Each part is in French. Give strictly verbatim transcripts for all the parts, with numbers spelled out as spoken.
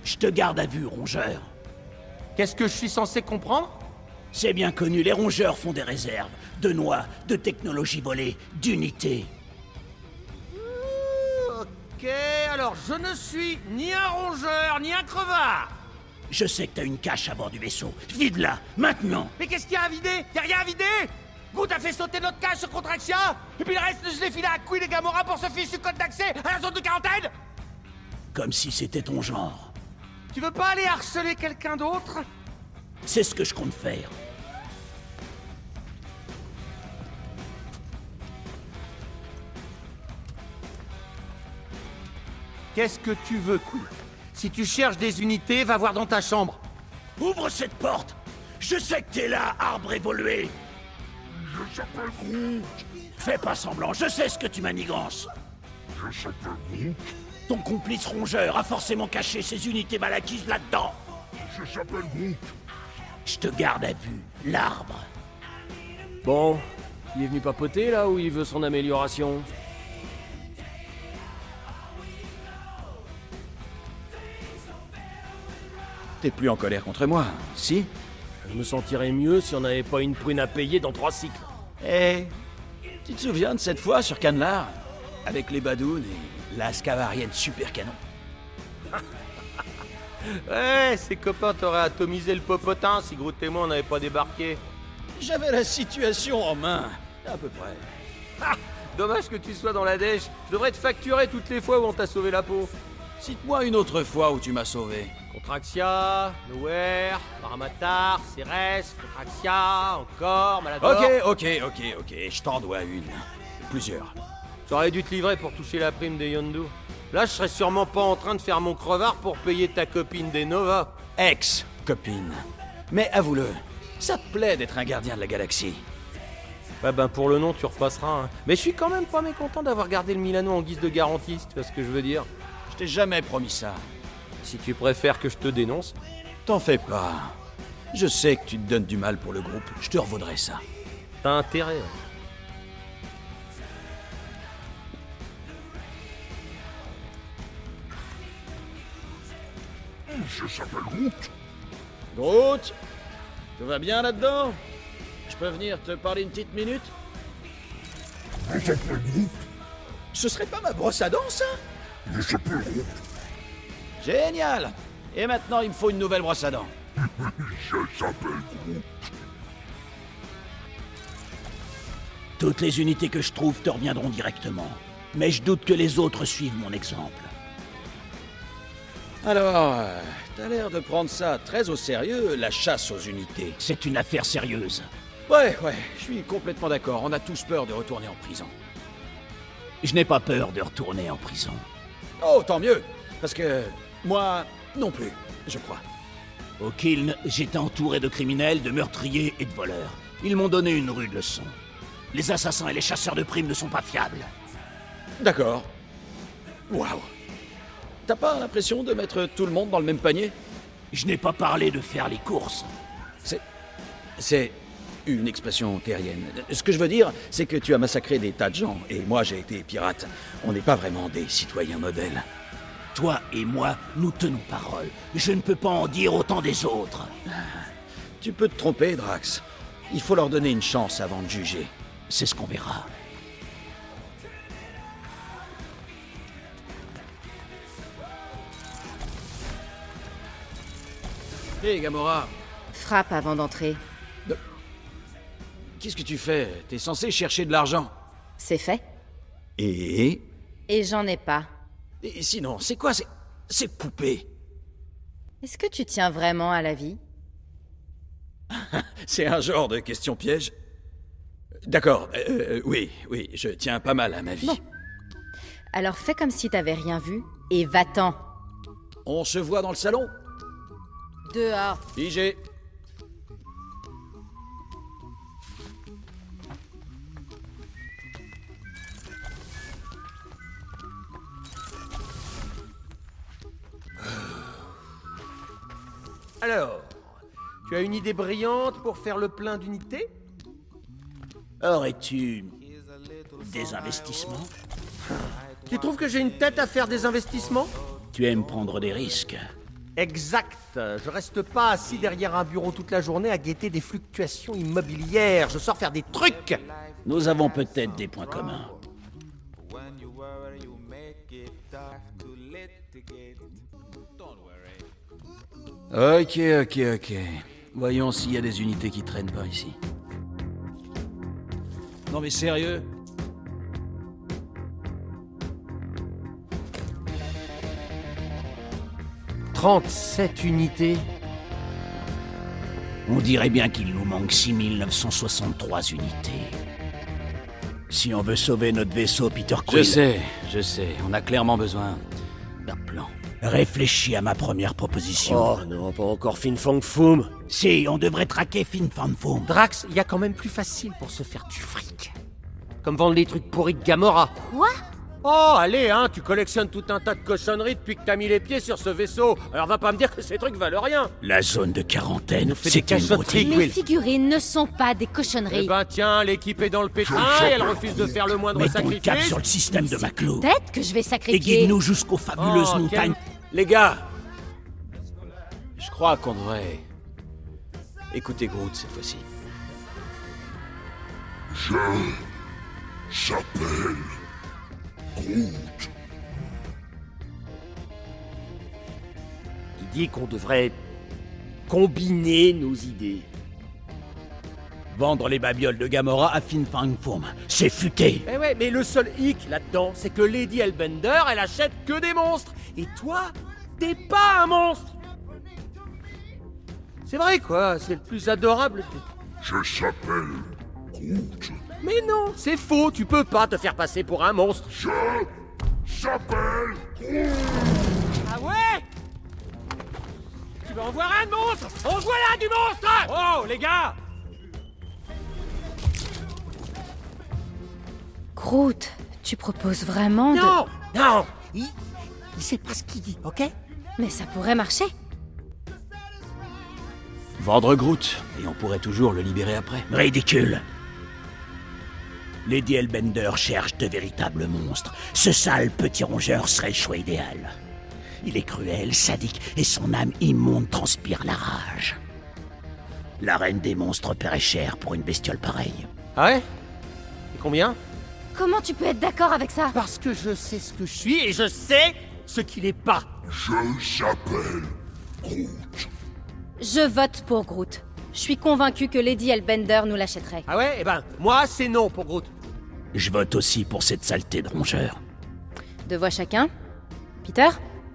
Je te garde à vue, rongeur. Qu'est-ce que je suis censé comprendre? C'est bien connu, les rongeurs font des réserves. De noix, de technologies volées, d'unités. Ok, alors je ne suis ni un rongeur, ni un crevard. Je sais que t'as une cache à bord du vaisseau. Vide-la, maintenant. Mais qu'est-ce qu'il y a à vider? Y'a rien à vider? Groot a fait sauter notre cache sur Contraxia. Et puis le reste, je l'ai filé à Quill et Gamora pour ce fichu code d'accès à la zone de quarantaine. Comme si c'était ton genre. Tu veux pas aller harceler quelqu'un d'autre? C'est ce que je compte faire. Qu'est-ce que tu veux, Quill? Si tu cherches des unités, va voir dans ta chambre. Ouvre cette porte. Je sais que t'es là, arbre évolué. Je s'appelle Groot. Fais pas semblant, je sais ce que tu manigances. Je s'appelle Groot. Ton complice rongeur a forcément caché ses unités mal acquises là-dedans. Je s'appelle Groot. Je te garde à vue, l'arbre. Bon, il est venu papoter là ou il veut son amélioration? T'es plus en colère contre moi, si? Je me sentirais mieux si on n'avait pas une prune à payer dans trois cycles. Eh, tu te souviens de cette fois sur Canlar? Avec les badounes et la scavarienne super canon. Ouais, ses copains t'auraient atomisé le popotin si Groot et moi on n'avait pas débarqué. J'avais la situation en main, à peu près. Ha! Dommage que tu sois dans la dèche. Je devrais te facturer toutes les fois où on t'a sauvé la peau. Cite-moi une autre fois où tu m'as sauvé. Contraxia, Nowhere, Paramatar, Cérès, Contraxia, encore, Malador... Ok, ok, ok, ok, je t'en dois une. Plusieurs. J'aurais dû te livrer pour toucher la prime des Yondu. Là, je serais sûrement pas en train de faire mon crevard pour payer ta copine des Nova. Ex-copine. Mais avoue-le, ça te plaît d'être un gardien de la galaxie? Ouais ben pour le nom, tu repasseras. Hein. Mais je suis quand même pas mécontent d'avoir gardé le Milano en guise de garantie, si tu vois ce que je veux dire. Je t'ai jamais promis ça. Si tu préfères que je te dénonce... T'en fais pas. Je sais que tu te donnes du mal pour le groupe, je te revaudrai ça. T'as intérêt. Ouais. Je s'appelle Groot. Groot, tout va bien là-dedans? Je peux venir te parler une petite minute? Je s'appelle Groot. Ce serait pas ma brosse à dents, ça? Je s'appelle Groot. Génial! Et maintenant, il me faut une nouvelle brosse à dents. Je s'appelle Groot. Toutes les unités que je trouve te reviendront directement. Mais je doute que les autres suivent mon exemple. Alors, euh, t'as l'air de prendre ça très au sérieux, la chasse aux unités. C'est une affaire sérieuse. Ouais, ouais, je suis complètement d'accord. On a tous peur de retourner en prison. Je n'ai pas peur de retourner en prison. Oh, tant mieux. Parce que moi, non plus, je crois. Au Kiln, j'étais entouré de criminels, de meurtriers et de voleurs. Ils m'ont donné une rude leçon. Les assassins et les chasseurs de primes ne sont pas fiables. D'accord. Waouh. T'as pas l'impression de mettre tout le monde dans le même panier? Je n'ai pas parlé de faire les courses. C'est... C'est une expression terrienne. Ce que je veux dire, c'est que tu as massacré des tas de gens, et moi j'ai été pirate. On n'est pas vraiment des citoyens modèles. Toi et moi, nous tenons parole. Je ne peux pas en dire autant des autres. Tu peux te tromper, Drax. Il faut leur donner une chance avant de juger. C'est ce qu'on verra. Hé, hey, Gamora. Frappe avant d'entrer. De... Qu'est-ce que tu fais? T'es censé chercher de l'argent. C'est fait. Et... Et j'en ai pas. Et sinon, c'est quoi ces... ces poupées? Est-ce que tu tiens vraiment à la vie? C'est un genre de question piège. D'accord, euh, oui, oui, je tiens pas mal à ma vie. Bon. Alors fais comme si t'avais rien vu, et va-t'en. On se voit dans le salon? Dehors. Figé. Alors, tu as une idée brillante pour faire le plein d'unités? Aurais-tu des investissements? Tu trouves que j'ai une tête à faire des investissements? Tu aimes prendre des risques. Exact. Je reste pas assis derrière un bureau toute la journée à guetter des fluctuations immobilières. Je sors faire des trucs. Nous avons peut-être des points communs. Ok, ok, ok. Voyons s'il y a des unités qui traînent par ici. Non mais sérieux? trente-sept unités. On dirait bien qu'il nous manque six mille neuf cent soixante-trois unités. Si on veut sauver notre vaisseau, Peter Quill... Je sais, je sais. On a clairement besoin d'un plan. Réfléchis à ma première proposition. Oh non, pas encore Fin Fang Foom. Si, on devrait traquer Fin Fan Foom. Drax, il y a quand même plus facile pour se faire du fric. Comme vendre les trucs pourris de Gamora. Quoi? Oh, allez, hein, tu collectionnes tout un tas de cochonneries depuis que t'as mis les pieds sur ce vaisseau. Alors va pas me dire que ces trucs valent rien. La zone de quarantaine, fait c'est des une cachotteries. beauté. Les figurines ne sont pas des cochonneries. Eh ben tiens, l'équipe est dans le pétrin et elle refuse de faire le moindre Mettons le cap sacrifice. sur le système de Maclo. Peut-être que je vais Et sacrifier. guide-nous jusqu'aux fabuleuses Oh, montagnes. Les gars, je crois qu'on devrait écouter Groot cette fois-ci. Je s'appelle Groot. Il dit qu'on devrait combiner nos idées. Vendre les babioles de Gamora à Fin Fan Foom. C'est futé. Eh ouais, mais le seul hic là-dedans, c'est que Lady Hellbender, elle achète que des monstres. Et toi, t'es pas un monstre. C'est vrai quoi, c'est le plus adorable. Je s'appelle Groot. Mais non, c'est faux, tu peux pas te faire passer pour un monstre. Je s'appelle Groot. Ah ouais? Tu veux en voir un de monstre? En voilà du monstre! Oh, les gars! Groot, tu proposes vraiment de... Non! Non! Il, il sait pas ce qu'il dit, ok? Mais ça pourrait marcher. Vendre Groot, et on pourrait toujours le libérer après. Ridicule. Lady Hellbender cherche de véritables monstres. Ce sale petit rongeur serait le choix idéal. Il est cruel, sadique, et son âme immonde transpire la rage. La reine des monstres paierait cher pour une bestiole pareille. Ah ouais? Et combien? Comment tu peux être d'accord avec ça? Parce que je sais ce que je suis et je sais ce qu'il est pas. Je s'appelle Groot. Je vote pour Groot. Je suis convaincue que Lady Hellbender nous l'achèterait. Ah ouais? Eh ben, moi, c'est non pour Groot. Je vote aussi pour cette saleté de rongeur. Deux voix chacun. Peter?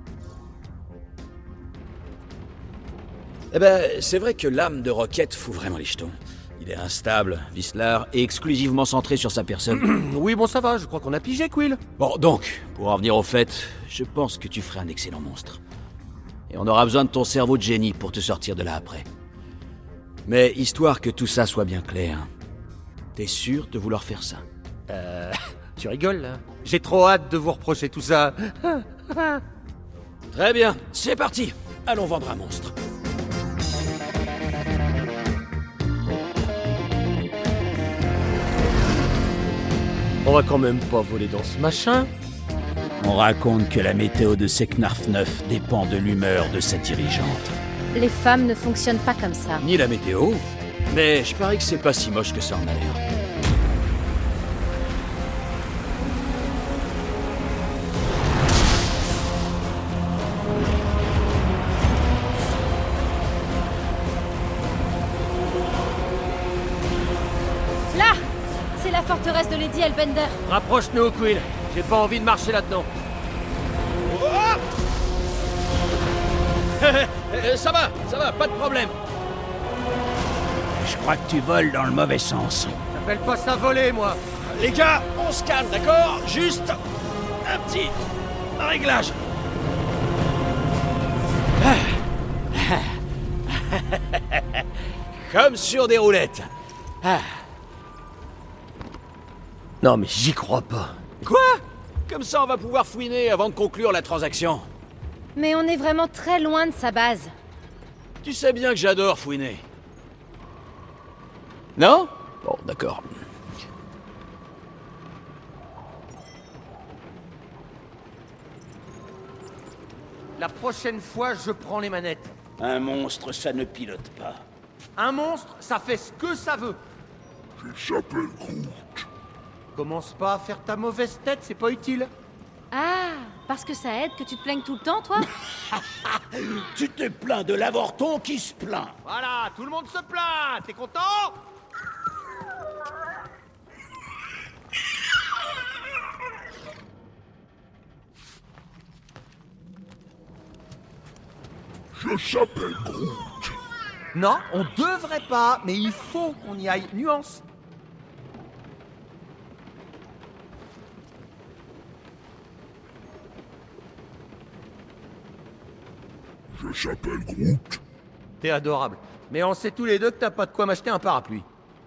Eh ben, c'est vrai que l'âme de Rocket fout vraiment les jetons. Il est instable, vicelard et exclusivement centré sur sa personne. Oui, bon, ça va, je crois qu'on a pigé, Quill. Bon, donc, pour en venir au fait, je pense que tu ferais un excellent monstre. Et on aura besoin de ton cerveau de génie pour te sortir de là après. Mais histoire que tout ça soit bien clair, t'es sûr de vouloir faire ça? Euh... Tu rigoles, là? J'ai trop hâte de vous reprocher tout ça. Très bien, c'est parti. Allons vendre un monstre. On va quand même pas voler dans ce machin. On raconte que la météo de Seknarf neuf dépend de l'humeur de sa dirigeante. Les femmes ne fonctionnent pas comme ça. Ni la météo, mais je parie que c'est pas si moche que ça en a l'air. Là! C'est la forteresse de Lady Hellbender. Rapproche-nous, Quill. J'ai pas envie de marcher là-dedans. Euh, ça va, ça va, pas de problème. Je crois que tu voles dans le mauvais sens. J'appelle pas ça voler, moi. Les gars, on se calme, d'accord? Juste un petit réglage. Comme sur des roulettes. Non mais j'y crois pas. Quoi? Comme ça, on va pouvoir fouiner avant de conclure la transaction. Mais on est vraiment très loin de sa base. Tu sais bien que j'adore fouiner. Non? Bon, d'accord. La prochaine fois, je prends les manettes. Un monstre, ça ne pilote pas. Un monstre, ça fait ce que ça veut. Je s'appelle Groot. Commence pas à faire ta mauvaise tête, c'est pas utile. Ah, parce que ça aide que tu te plaignes tout le temps, toi? Tu te plains de l'avorton qui se plaint. Voilà, tout le monde se plaint. T'es content? Je s'appelle Groot. Non, on devrait pas, mais il faut qu'on y aille. Nuance. Je s'appelle Groot. T'es adorable. Mais on sait tous les deux que t'as pas de quoi m'acheter un parapluie.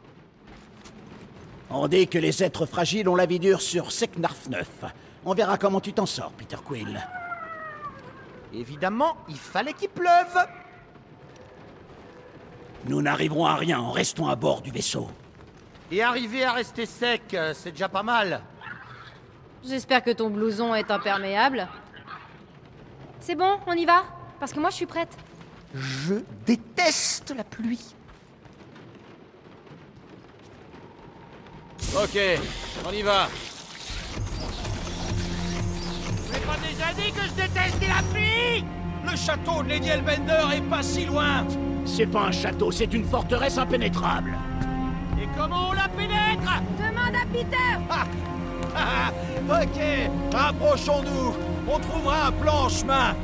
On dit que les êtres fragiles ont la vie dure sur Seknarf neuf. On verra comment tu t'en sors, Peter Quill. Évidemment, il fallait qu'il pleuve. Nous n'arriverons à rien en restant à bord du vaisseau. Et arriver à rester sec, euh, c'est déjà pas mal. J'espère que ton blouson est imperméable. C'est bon, on y va? Parce que moi, je suis prête. Je déteste la pluie. Ok, on y va. Je t'ai pas déjà dit que je détestais la pluie? Le château de Lady Hellbender est pas si loin. C'est pas un château, c'est une forteresse impénétrable. Et comment on la pénètre? Demande à Peter! Ah, ok, rapprochons-nous. On trouvera un plan en chemin.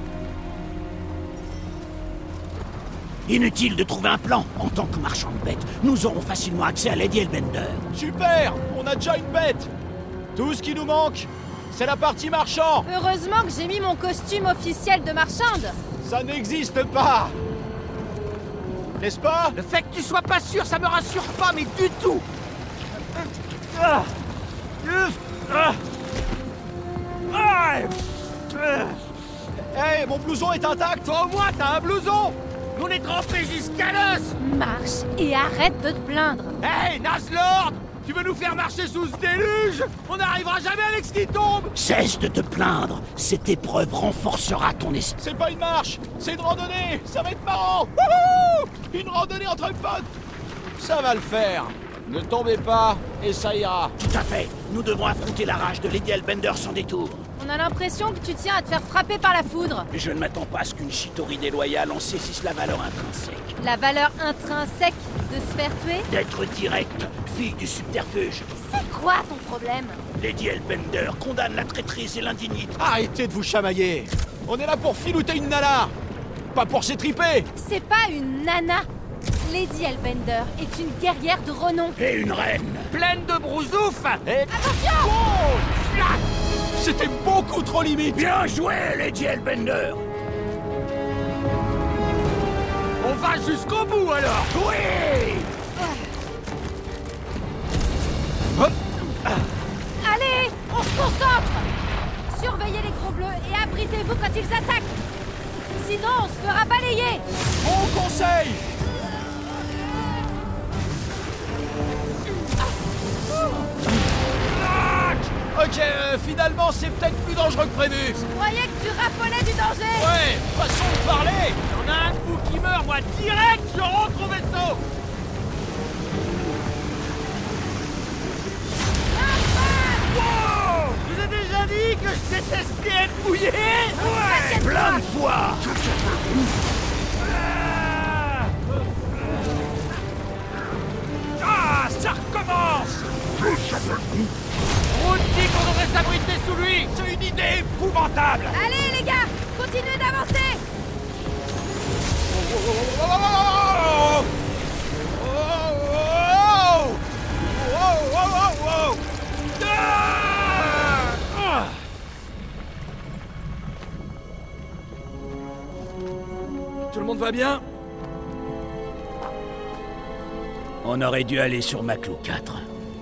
Inutile de trouver un plan. En tant que marchand de bêtes, nous aurons facilement accès à Lady Hellbender. Super, on a déjà une bête. Tout ce qui nous manque, c'est la partie marchand. Heureusement que j'ai mis mon costume officiel de marchande. Ça n'existe pas. N'est-ce pas? Le fait que tu sois pas sûr, ça me rassure pas, mais du tout. Ah. Ah. Ah. Hey, mon blouson est intact. Toi au moins, t'as un blouson. Nous on est trempés jusqu'à l'os. Marche et arrête de te plaindre. Hey, Nazlord, tu veux nous faire marcher sous ce déluge? On n'arrivera jamais avec ce qui tombe. Cesse de te plaindre. Cette épreuve renforcera ton esprit. C'est pas une marche, c'est une randonnée. Ça va être marrant. Wouhou! Une randonnée entre potes. Ça va le faire. Ne tombez pas et ça ira. Tout à fait. Nous devons affronter la rage de Lady Hellbender sans détour. On a l'impression que tu tiens à te faire frapper par la foudre. Je ne m'attends pas à ce qu'une Chitauri déloyale en saisisse la valeur intrinsèque. La valeur intrinsèque de se faire tuer? D'être direct, fille du subterfuge. C'est quoi ton problème? Lady Hellbender condamne la traîtrise et l'indignité. Arrêtez de vous chamailler. On est là pour filouter une nana, pas pour s'étriper. C'est pas une nana. Lady Hellbender est une guerrière de renom. Et une reine. Pleine de brousouf. Et... Attention! Oh, flac! C'était beaucoup trop limite. Bien joué, Lady Hellbender. On va jusqu'au bout alors. Oui. Allez, on se concentre! Surveillez les gros bleus et abritez-vous quand ils attaquent. Sinon, on se fera balayer. Bon conseil. Ok, euh, finalement, c'est peut-être plus dangereux que prévu. Je croyais que tu rappelais du danger. Ouais, façon de parler. On a un de vous qui meurt, moi direct, je rentre au vaisseau. Wow! Je vous ai déjà dit que je détestais être mouillé. Ouais, plein de fois. Ah, ça recommence. Je s'appelle Groot. Groot dit qu'on devrait s'abriter sous lui. C'est une idée épouvantable. Allez, les gars, continuez d'avancer. Oh, oh, oh, oh, oh, oh, oh. Ah! Tout le monde va bien? On aurait dû aller sur Maclou quatre.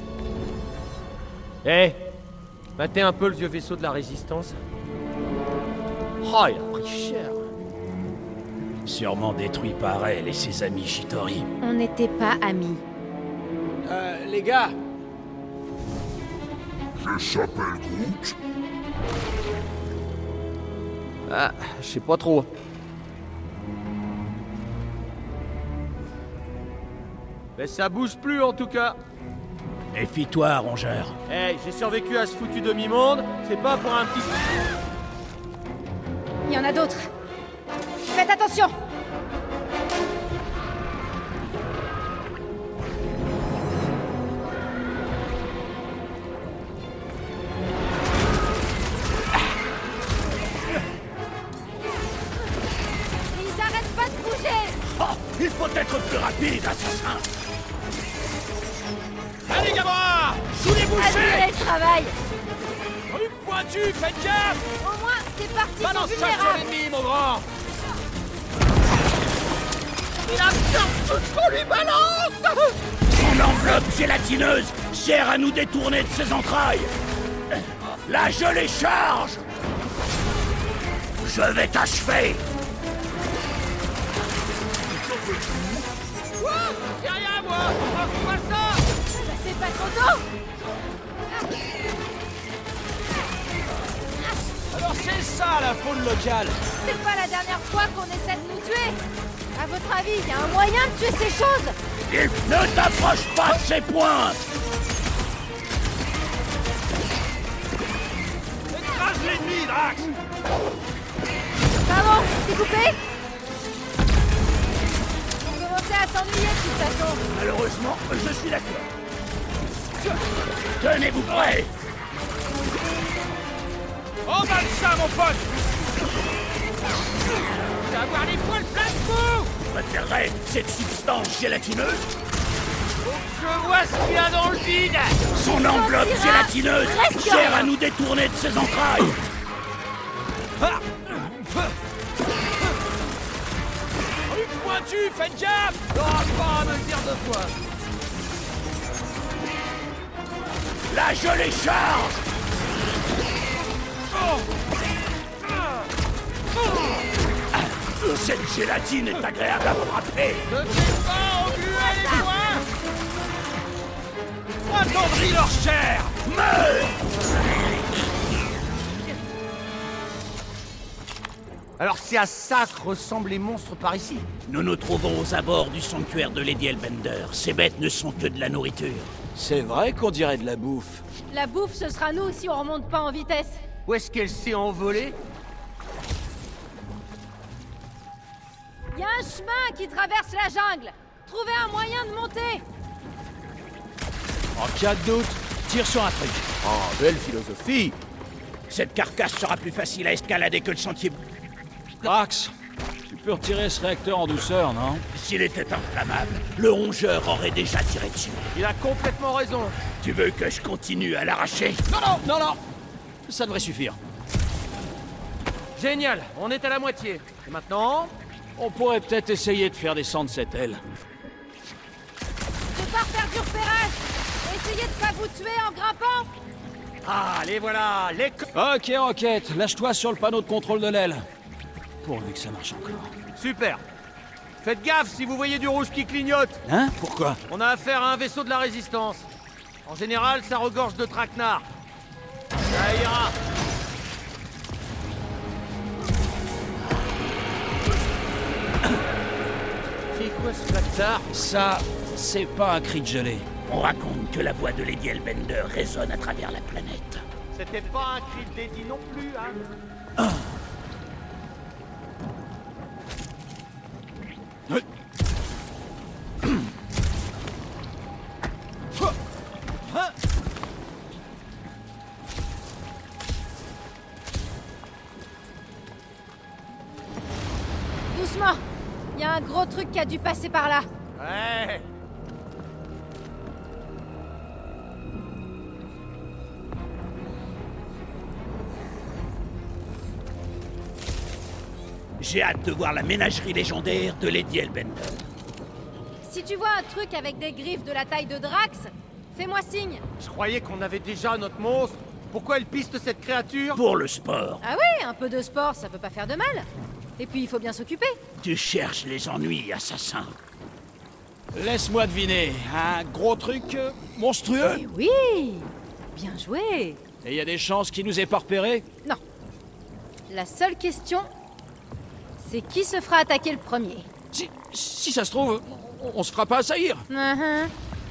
Hé, hey, matez un peu le vieux vaisseau de la Résistance. Oh, il a pris cher. Sûrement détruit par elle et ses amis Chitauri. On n'était pas amis. Euh, les gars, Je s'appelle Groot. Ah, je sais pas trop. Mais ça bouge plus en tout cas. Méfie-toi, rongeur. Hey, j'ai survécu à ce foutu demi-monde, c'est pas pour un petit... Il y en a d'autres. Faites attention. Ils arrêtent pas de bouger. Oh, il faut être plus rapide, assassin. Allez, Gamora! Sous les bouchées! Admirez le travail. Rue pointue, faites gaffe! Au moins, ces parties sont Balance ça sur vulnérables. l'ennemi, mon grand! Il absorbe tout ce qu'on lui balance! Son enveloppe gélatineuse sert à nous détourner de ses entrailles. Là, je les charge. Je vais t'achever. Quoi? C'est rien, moi! Lance-moi ça! C'est pas trop tôt. Alors c'est ça, la faune locale! C'est pas la dernière fois qu'on essaie de nous tuer. À votre avis, il y a un moyen de tuer ces choses? Et ne t'approche pas de ses pointes. Écrase l'ennemi, Drax! Pardon, t'es coupé? On commençait à s'ennuyer de toute façon. Malheureusement, je suis d'accord. Tenez-vous prêts. Emballe ça, mon pote! Tu vas avoir les poils pleins de boue! Je préférerais cette substance gélatineuse. Je vois ce qu'il y a dans le vide! Son enveloppe sentira gélatineuse presque sert rien. à nous détourner de ses entrailles. Ah! Rue pointue, faites gaffe! Oh, pas à me le dire deux fois! Là, je les charge. Cette gélatine est agréable à frapper. Ne fais pas engluer les poings! Attendris leur chair! Meurs. Alors c'est à ça que ressemblent les monstres par ici. Nous nous trouvons aux abords du sanctuaire de Lady Hellbender. Ces bêtes ne sont que de la nourriture. C'est vrai qu'on dirait de la bouffe. La bouffe, ce sera nous si on remonte pas en vitesse. Où est-ce qu'elle s'est envolée? Il y a un chemin qui traverse la jungle. Trouvez un moyen de monter. En cas de doute, tire sur un truc. Oh, belle philosophie! Cette carcasse sera plus facile à escalader que le sentier. Drax, tu peux retirer ce réacteur en douceur, non? S'il était inflammable, le rongeur aurait déjà tiré dessus. Il a complètement raison. Tu veux que je continue à l'arracher? Non, non, non, non! Ça devrait suffire. Génial, on est à la moitié. Et maintenant... On pourrait peut-être essayer de faire descendre cette aile. Je pars faire du repérage. Essayez de pas vous tuer en grimpant. Ah, les voilà, les... co- Ok, Rocket, lâche-toi sur le panneau de contrôle de l'aile. Pourvu que ça marche encore. Super. Faites gaffe si vous voyez du rouge qui clignote. Hein? Pourquoi? On a affaire à un vaisseau de la résistance. En général, ça regorge de traquenards. Ça ira. C'est quoi ce bâtard? Ça, c'est pas un cri de gelée. On raconte que la voix de Lady Hellbender résonne à travers la planète. C'était pas un cri de dédi non plus, hein? Doucement. Il y a un gros truc qui a dû passer par là. Ouais. J'ai hâte de voir la ménagerie légendaire de Lady Hellbender. Si tu vois un truc avec des griffes de la taille de Drax, fais-moi signe. Je croyais qu'on avait déjà notre monstre. Pourquoi elle piste cette créature? Pour le sport, Ah oui, un peu de sport, ça peut pas faire de mal. Et puis il faut bien s'occuper. tu cherches les ennuis, assassin. Laisse-moi deviner. Un gros truc euh, monstrueux? Eh oui. Bien joué. Et il y a des chances qu'il nous ait pas repérés? Non. La seule question, c'est qui se fera attaquer le premier. Si, si ça se trouve, on, on se fera pas assaillir. Uh-huh.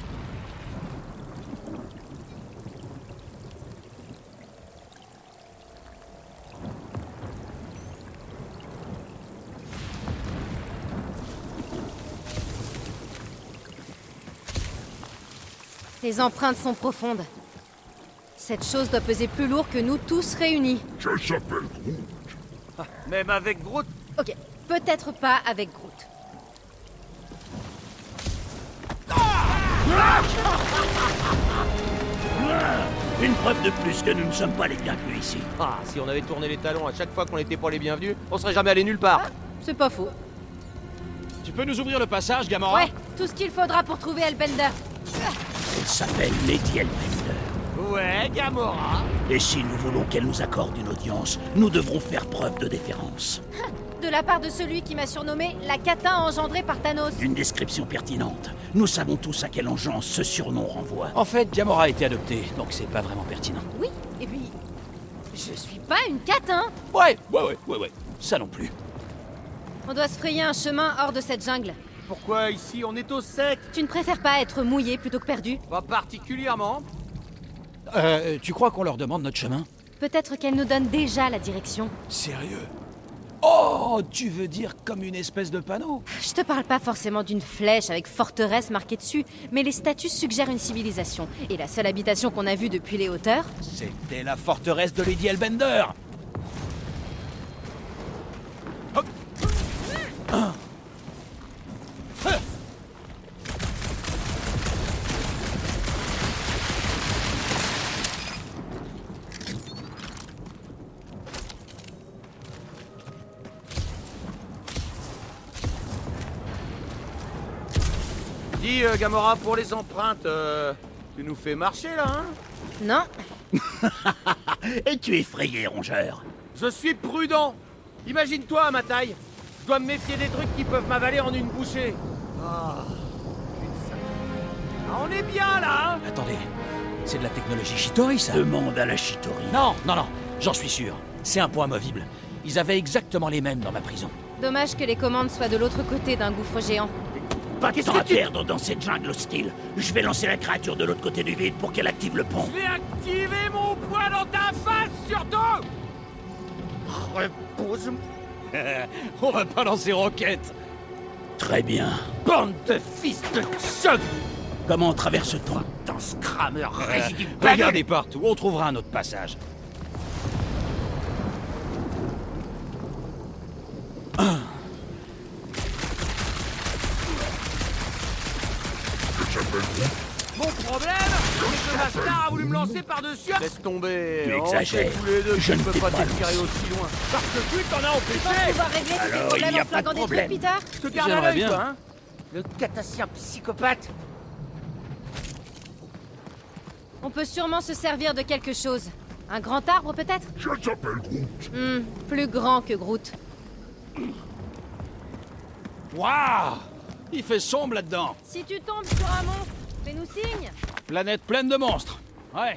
Les empreintes sont profondes. Cette chose doit peser plus lourd que nous tous réunis. Je s'appelle Groot. Même avec Groot. Ok, peut-être pas avec Groot. Une preuve de plus que nous ne sommes pas les bienvenus ici. Ah, si on avait tourné les talons à chaque fois qu'on n'était pas les bienvenus, on serait jamais allé nulle part. C'est pas faux. Tu peux nous ouvrir le passage, Gamora? Ouais, tout ce qu'il faudra pour trouver Hellbender. Elle s'appelle Lady Hellbender. Ouais, Gamora. Et si nous voulons qu'elle nous accorde une audience, nous devrons faire preuve de déférence. De la part de celui qui m'a surnommé la cata engendrée par Thanos. Une description pertinente. Nous savons tous à quelle engeance ce surnom renvoie. En fait, Gamora a été adoptée, donc c'est pas vraiment pertinent. Oui, et puis... Je suis pas une cata, hein. Ouais, ouais, ouais, ouais, ouais. Ça non plus. On doit se frayer un chemin hors de cette jungle. Pourquoi ici on est au sec? Tu ne préfères pas être mouillé plutôt que perdu? Pas particulièrement. Euh, tu crois qu'on leur demande notre chemin? Peut-être qu'elle nous donne déjà la direction. Sérieux? Oh, tu veux dire comme une espèce de panneau? Je te parle pas forcément d'une flèche avec forteresse marquée dessus, mais les statues suggèrent une civilisation. Et la seule habitation qu'on a vue depuis les hauteurs... C'était la forteresse de Lady Hellbender. Hop. Ah. Ah. Dis, euh, Gamora, pour les empreintes, euh, tu nous fais marcher là, hein? Non, Et tu es effrayé, rongeur. Je suis prudent. Imagine-toi à ma taille. Je dois me méfier des trucs qui peuvent m'avaler en une bouchée. Ah, putain. Ah, on est bien là, hein? Attendez, c'est de la technologie Shitori, ça? Demande à la Shitori. Non, non, non, j'en suis sûr. C'est un point amovible. Ils avaient exactement les mêmes dans ma prison. dommage que les commandes soient de l'autre côté d'un gouffre géant. Pas de Qu'est-ce temps que à tu- perdre dans cette jungle hostile. Je vais lancer la créature de l'autre côté du vide pour qu'elle active le pont. Je vais activer mon poing dans ta face, surtout! Repose-moi. On va pas lancer roquette. Très bien. Bande de fils de chug! Comment traverse-t-on? Dans ce crameur rigide. Regardez partout, on trouvera un autre passage. Je s'appelle Groot. Mon problème, c'est que la star a voulu me lancer par-dessus. Laisse tomber. Tu on exagères. sait tous les deux Je que ne je peux t'ai pas pas t'étirer lancé. aussi loin. Parce que tu t'en as Tu penses empêché. pouvoir régler tous tes Alors, problèmes il y a en pas de flinguant des trucs, problème. Peter? Je te garde à J'aimerais l'œil, bien. toi, hein. Le catassien psychopathe. On peut sûrement se servir de quelque chose. Un grand arbre, peut-être? Je s'appelle Groot. Hmm, plus grand que Groot. Waouh! Il fait sombre là-dedans. Si tu tombes sur un monstre, fais-nous signe. Planète pleine de monstres. Ouais.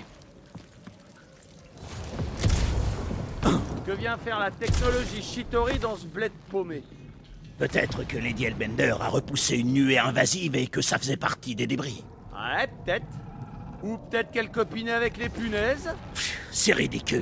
Que vient faire la technologie Shitori dans ce bled paumé? Peut-être que Lady Hellbender a repoussé une nuée invasive et que ça faisait partie des débris. Ouais, peut-être. Ou peut-être qu'elle copinait avec les punaises. Pff, c'est ridicule.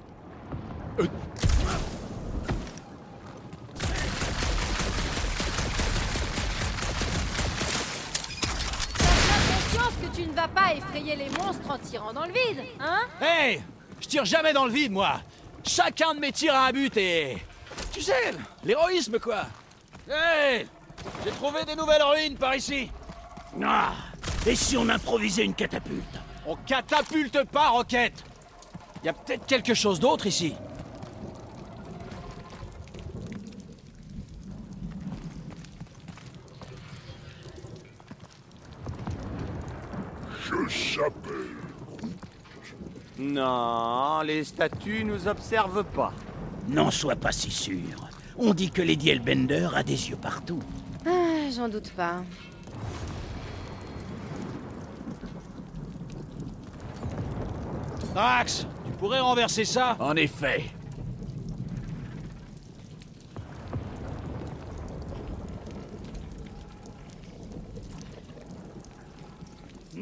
T'as bien conscience que tu ne vas pas effrayer les monstres en tirant dans le vide, hein? Hey! Je tire jamais dans le vide, moi. Chacun de mes tirs a un but et... Tu sais, l'héroïsme, quoi. Hey! J'ai trouvé des nouvelles ruines par ici. Ah! Et si on improvisait une catapulte? On catapulte pas, Roquette. Y a peut-être quelque chose d'autre ici. Je s'appelle. Non, les statues nous observent pas. N'en sois pas si sûr. On dit que Lady Hellbender a des yeux partout. Ah, j'en doute pas. Drax, tu pourrais renverser ça? En effet.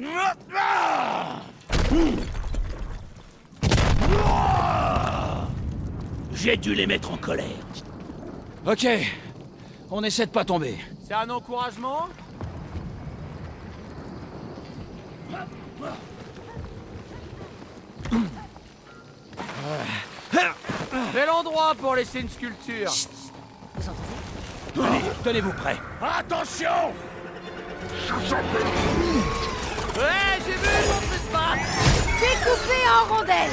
J'ai dû les mettre en colère. Ok, on essaie de pas tomber. C'est un encouragement? Bel endroit pour laisser une sculpture. Vous entendez? Allez, tenez-vous prêts. Attention! Ouais, j'ai vu, on peut se battre. Découpé en rondelles.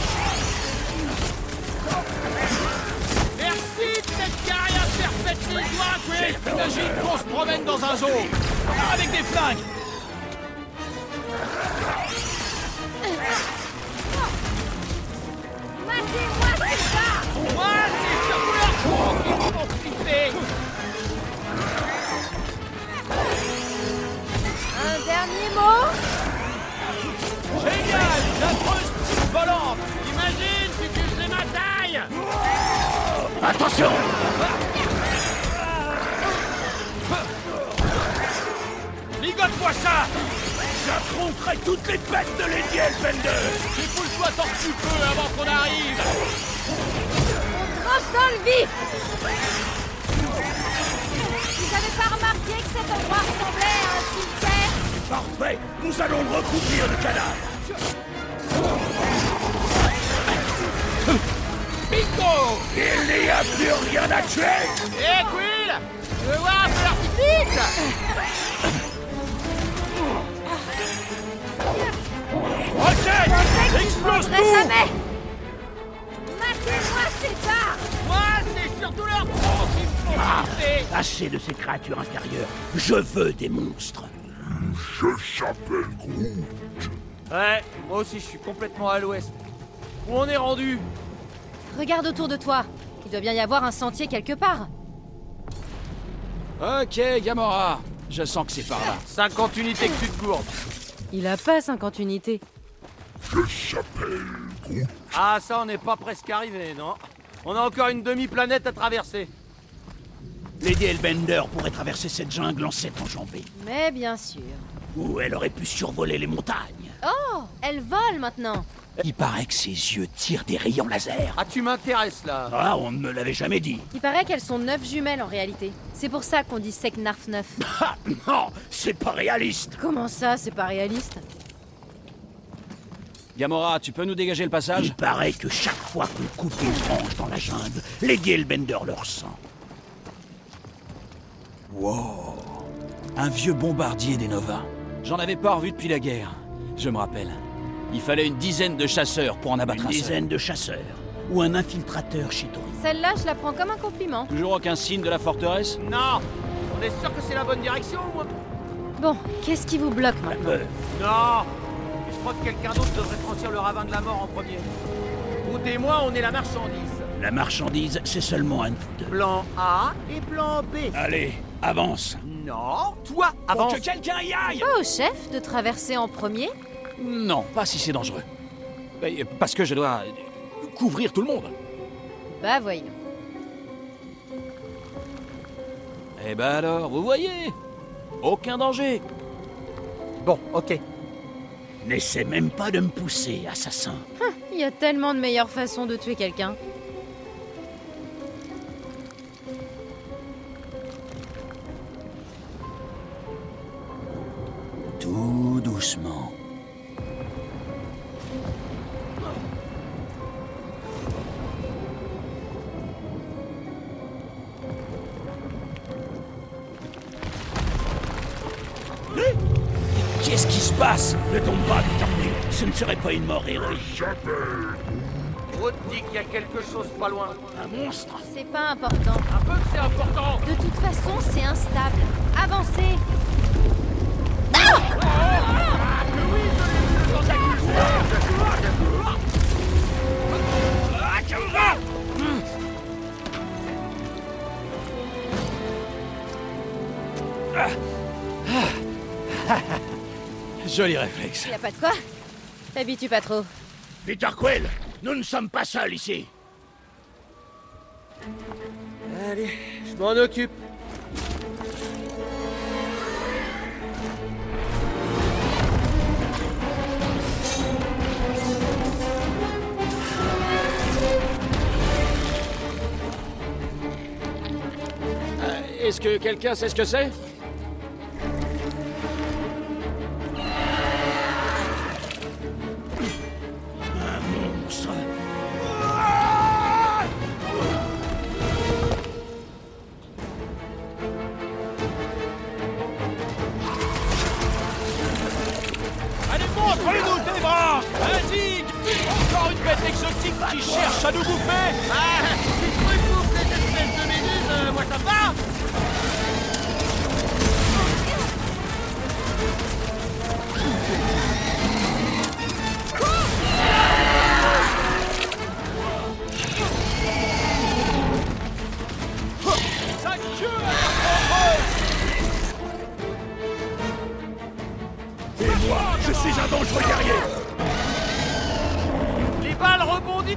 Merci de cette carrière perpétuée, toi, Quill. Imagine qu'on se promène dans un zoo avec des flingues. Matez-moi ces gars. Moi, c'est surtout leur tronc qui me font flipper. Un dernier mot. Génial, l'affreuse petite volante. Imagine si tu faisais ma taille. Attention! Ligote-moi ça. J'affronterai toutes les bêtes de Lady Hellbender! Défoule-toi tant que tu peux avant qu'on arrive. On tranche dans le vif. Vous avez pas remarqué que cet endroit ressemblait à un cimetière? Parfait! Nous allons le recouvrir de cadavres! Bingo. Il n'y a plus rien à tuer! Hé, Quill, tu veux voir un peu l'artifice? Ok! Je pensais que tu Explose mangerais tout! jamais. Matez-moi ces gars. Moi, c'est surtout leur tronc qui me font Ah, flipper. assez de ces créatures inférieures. Je veux des monstres. Je s'appelle Groot. Ouais, moi aussi, je suis complètement à l'ouest. Où on est rendu? Regarde autour de toi. Il doit bien y avoir un sentier quelque part. Ok, Gamora. Je sens que c'est par là. cinquante unités que tu te gourdes. Il a pas cinquante unités. Je s'appelle Groot. Ah, ça, on n'est pas presque arrivé, non? On a encore une demi-planète à traverser. Lady Hellbender pourrait traverser cette jungle en sept enjambées. Mais bien sûr. Ou elle aurait pu survoler les montagnes. Oh, elle vole maintenant. Il paraît que ses yeux tirent des rayons laser. Ah, tu m'intéresses, là. Ah, on ne me l'avait jamais dit. Il paraît qu'elles sont neuf jumelles en réalité. C'est pour ça qu'on dit sec narf neuf. Ah, non, c'est pas réaliste. Comment ça, c'est pas réaliste? Gamora, tu peux nous dégager le passage? Il paraît que chaque fois qu'on coupe une branche dans la jungle, Lady Hellbender le ressent. Wow. Un vieux bombardier des Nova. J'en avais pas revu depuis la guerre. Je me rappelle. Il fallait une dizaine de chasseurs pour en abattre Une un seul. dizaine de chasseurs. Ou un infiltrateur Chitauri. Celle-là, je la prends comme un compliment. Toujours aucun signe de la forteresse? Non. On est sûr que c'est la bonne direction, moi? Bon, qu'est-ce qui vous bloque La maintenant? peur. Non. Je crois que quelqu'un d'autre devrait franchir le ravin de la mort en premier. Groot et moi, on est la marchandise. La marchandise, c'est seulement un de vous deux. Plan A et plan B. Allez, avance. Non, toi, avance. Que quelqu'un y aille! Pas au chef de traverser en premier? Non, pas si c'est dangereux. Euh, Parce que je dois euh, couvrir tout le monde. Bah voyons. Eh ben alors, vous voyez? Aucun danger. Bon, ok. N'essaie même pas de me pousser, assassin. Il y a tellement de meilleures façons de tuer quelqu'un. Tout doucement. Qu'est-ce qui se passe? Ne tombe pas, Peter Quill. Ce ne serait pas une mort héroïque. Je s'appelle Groot dit qu'il y a quelque chose pas loin. Un monstre. C'est pas important. Un peu que c'est important. De toute façon, c'est instable. Avancez. Joli réflexe. Y a pas de quoi? T'habitues pas trop. Peter Quill, nous ne sommes pas seuls ici. Allez, je m'en occupe. Est-ce que quelqu'un sait ce que c'est? Un monstre. Allez, montre-nous tes bras! Vas-y! Encore une bête exotique qui cherche à nous bouffer! Ah, si ce truc bouffe les espèces de méduses, euh, moi ça me va. Sa queue à Et moi, je suis un dangereux guerrier. Les balles rebondissent.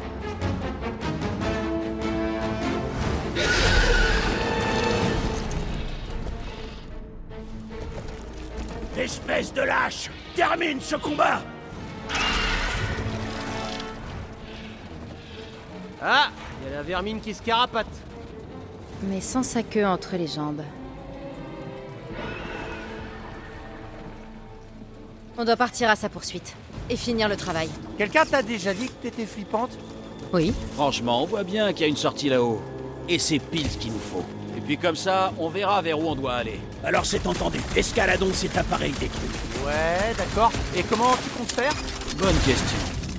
Espèce de lâche, termine ce combat. Ah, il y a la vermine qui se carapate. Mais sans sa queue entre les jambes. On doit partir à sa poursuite. Et finir le travail. Quelqu'un t'a déjà dit que t'étais flippante? Oui. Franchement, on voit bien qu'il y a une sortie là-haut. Et c'est pile ce qu'il nous faut. Et puis comme ça, on verra vers où on doit aller. Alors c'est entendu, escaladons cet appareil détruit. Ouais, d'accord. Et comment tu comptes faire? Bonne question.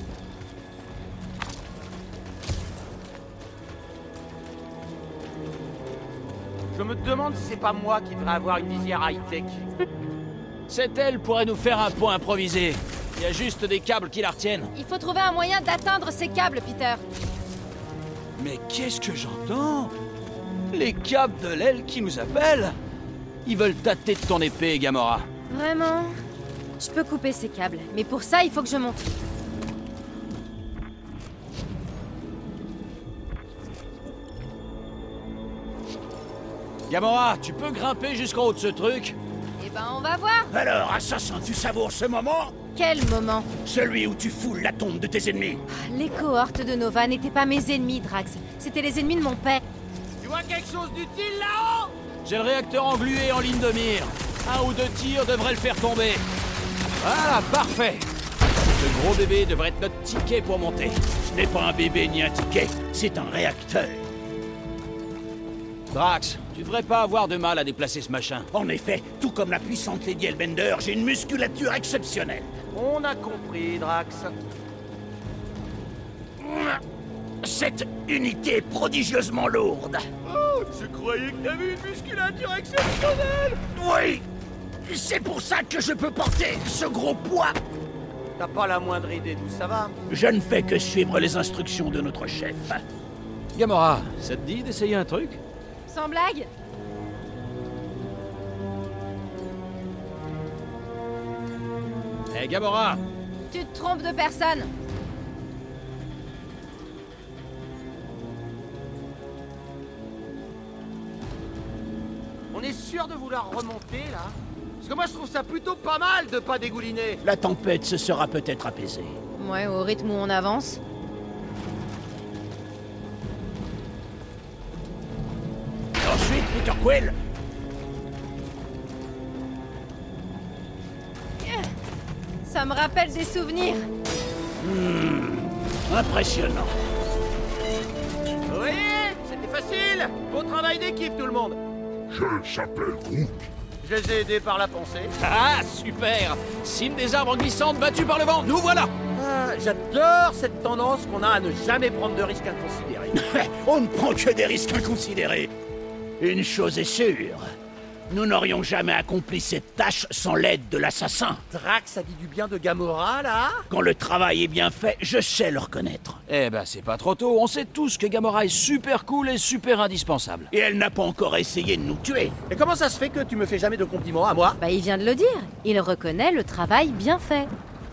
Je me demande si c'est pas moi qui devrais avoir une visière high-tech. Cette aile pourrait nous faire un pont improvisé. Il y a juste des câbles qui la retiennent. Il faut trouver un moyen d'atteindre ces câbles, Peter. Mais qu'est-ce que j'entends? Les câbles de l'aile qui nous appellent? Ils veulent tâter de ton épée, Gamora. Vraiment? Je peux couper ces câbles, mais pour ça, il faut que je monte. Gamora, tu peux grimper jusqu'en haut de ce truc? Eh ben, on va voir. Alors, assassin, tu savoures ce moment? Quel moment? Celui où tu foules la tombe de tes ennemis. Les cohortes de Nova n'étaient pas mes ennemis, Drax. C'était les ennemis de mon père. Tu vois quelque chose d'utile là-haut? J'ai le réacteur englué en ligne de mire. Un ou deux tirs devraient le faire tomber. Voilà, parfait. Ce gros bébé devrait être notre ticket pour monter. Ce n'est pas un bébé ni un ticket, c'est un réacteur. Drax, tu devrais pas avoir de mal à déplacer ce machin. En effet, tout comme la puissante Lady Hellbender, j'ai une musculature exceptionnelle. On a compris, Drax. Cette unité est prodigieusement lourde. Oh, je croyais que t'avais une musculature exceptionnelle. Oui, c'est pour ça que je peux porter ce gros poids. T'as pas la moindre idée d'où ça va? Je ne fais que suivre les instructions de notre chef. Gamora, ça te dit d'essayer un truc? Sans blague? Hé, hey, Gamora! Tu te trompes de personne. On est sûr de vouloir remonter, là? Parce que moi, je trouve ça plutôt pas mal de pas dégouliner. La tempête se sera peut-être apaisée. Ouais, au rythme où on avance. Ensuite, Peter Quill. Ça me rappelle des souvenirs. Impressionnant. Vous voyez? C'était facile. Beau travail d'équipe, tout le monde. Je s'appelle Groot. Je les ai aidés par la pensée. Ah, super! Cime des arbres glissantes battus par le vent, nous voilà! Ah, j'adore cette tendance qu'on a à ne jamais prendre de risques inconsidérés. On ne prend que des risques inconsidérés. Une chose est sûre, nous n'aurions jamais accompli cette tâche sans l'aide de l'assassin. Drax a dit du bien de Gamora, là? Quand le travail est bien fait, je sais le reconnaître. Eh ben, c'est pas trop tôt, on sait tous que Gamora est super cool et super indispensable. Et elle n'a pas encore essayé de nous tuer. Et comment ça se fait que tu me fais jamais de compliments à moi? Bah, il vient de le dire. Il reconnaît le travail bien fait.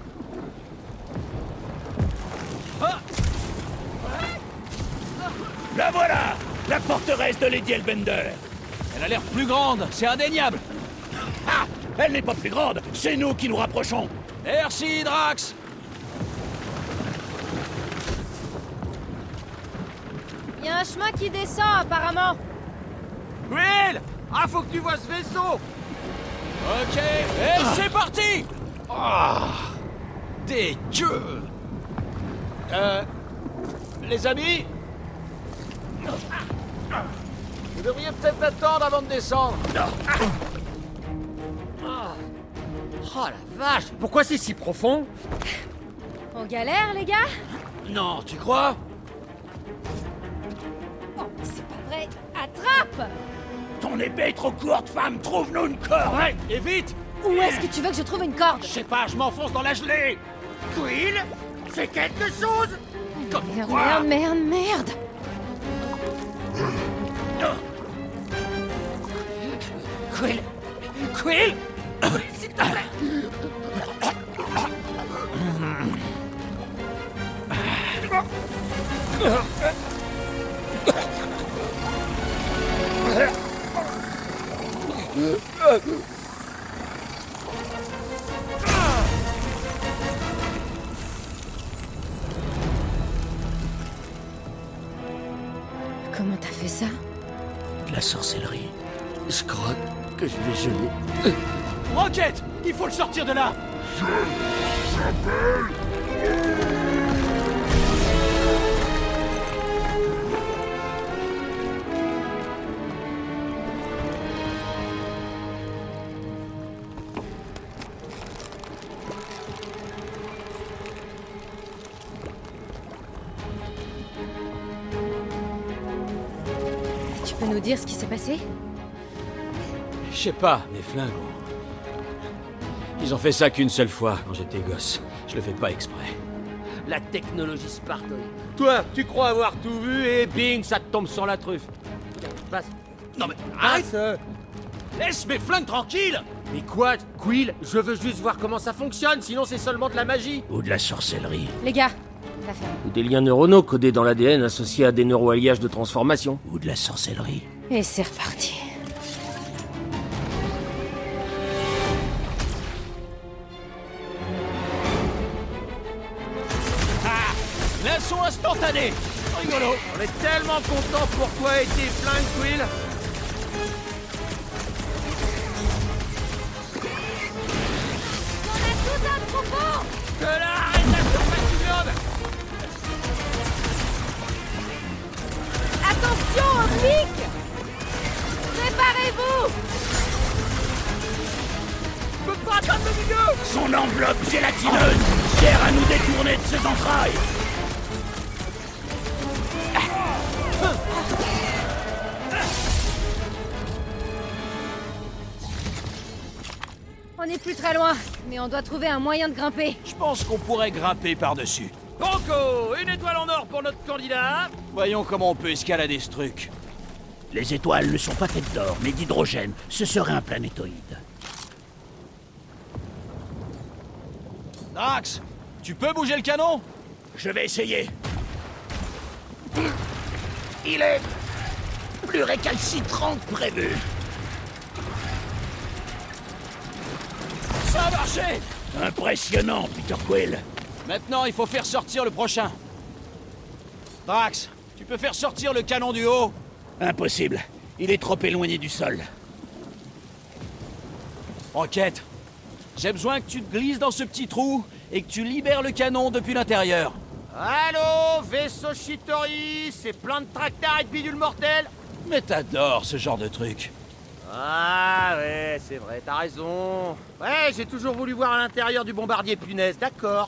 La voilà, la forteresse de Lady Hellbender. Elle a l'air plus grande, c'est indéniable! Ah, elle n'est pas plus grande, c'est nous qui nous rapprochons. Merci, Drax! Il y a un chemin qui descend, apparemment. Quill! Ah, faut que tu vois ce vaisseau! Ok, et c'est parti. Ah, dégueu. Euh... Les amis, vous devriez peut-être attendre avant de descendre. Oh la vache! Pourquoi c'est si profond? On galère, les gars? Non, tu crois? Oh, c'est pas vrai! Attrape! Ton épée est trop courte, femme. Trouve-nous une corde. Ouais, et vite. Où est-ce que tu veux que je trouve une corde? Je sais pas, je m'enfonce dans la gelée. Quill, fais quelque chose! Merde, merde, merde, merde! Quill! Quill! S'il te plaît! Comment t'as fait ça? De la sorcellerie. Je crois que je vais geler. Rocket, il faut le sortir de là. Tu peux nous dire ce qui s'est passé? Je sais pas, mes flingues. Ils ont fait ça qu'une seule fois quand j'étais gosse. Je le fais pas exprès. La technologie spartoïde. Toi, tu crois avoir tout vu et bing, ça te tombe sur la truffe. Passe. Non mais arrête. Passe. Laisse mes flingues tranquilles. Mais quoi, Quill? Je veux juste voir comment ça fonctionne, sinon c'est seulement de la magie. Ou de la sorcellerie. Les gars, la ferme. Ou des liens neuronaux codés dans l'A D N associés à des neuroalliages de transformation. Ou de la sorcellerie. Et c'est reparti. L'assaut instantané. Rigolo. On est tellement contents pour toi et tes flingues, Quill. On a tout un troupeau! Que là, arrête la surface du globe. Attention au pic! Préparez-vous! Je peux pas atteindre le milieu. Son enveloppe gélatineuse sert à nous détourner de ses entrailles. On n'est plus très loin, mais on doit trouver un moyen de grimper. Je pense qu'on pourrait grimper par-dessus. Banco, une étoile en or pour notre candidat. Voyons comment on peut escalader ce truc. Les étoiles ne sont pas faites d'or, mais d'hydrogène. Ce serait un planétoïde. Drax, tu peux bouger le canon? Je vais essayer. Il est plus récalcitrant que prévu. Ça a marché. Impressionnant, Peter Quill. Maintenant, il faut faire sortir le prochain. Drax, tu peux faire sortir le canon du haut? Impossible. Il est trop éloigné du sol. Rocket, j'ai besoin que tu te glisses dans ce petit trou et que tu libères le canon depuis l'intérieur. Allô, vaisseau Shitori, c'est plein de tracteurs et de bidules mortels. Mais t'adores ce genre de truc. Ah ouais, c'est vrai, t'as raison. Ouais, j'ai toujours voulu voir à l'intérieur du bombardier punaise, d'accord.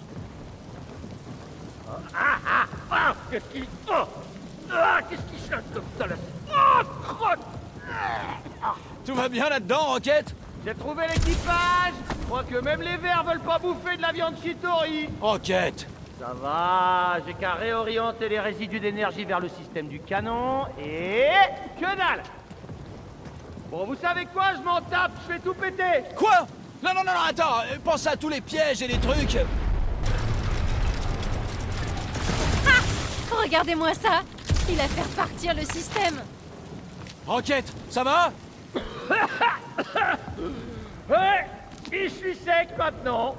Ah, ah, ah, qu'est-ce qui... Oh, ah, qu'est-ce qui chasse comme ça, là? Oh, crotte. Tout va bien là-dedans, Rocket? J'ai trouvé l'équipage. Je crois que même les vers veulent pas bouffer de la viande Shitori. Rocket. Ça va, j'ai qu'à réorienter les résidus d'énergie vers le système du canon, et... que dalle! Bon, vous savez quoi, je m'en tape, je fais tout péter! Quoi? Non, non, non, non, attends, euh, pense à tous les pièges et les trucs. Ah! Regardez-moi ça! Il a fait repartir le système! Rocket, ça va? Ouais, et je suis sec maintenant!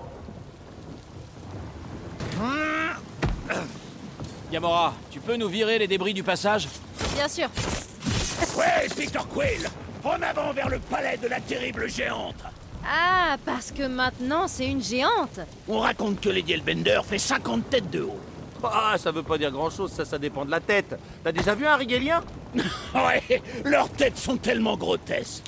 Gamora, tu peux nous virer les débris du passage? Bien sûr! Ouais, Peter Quill. En avant vers le palais de la terrible géante. Ah, parce que maintenant c'est une géante. On raconte que Lady Hellbender fait cinquante têtes de haut. Ah, ça veut pas dire grand-chose, ça, ça dépend de la tête. T'as déjà vu un rigélien? Ouais, leurs têtes sont tellement grotesques.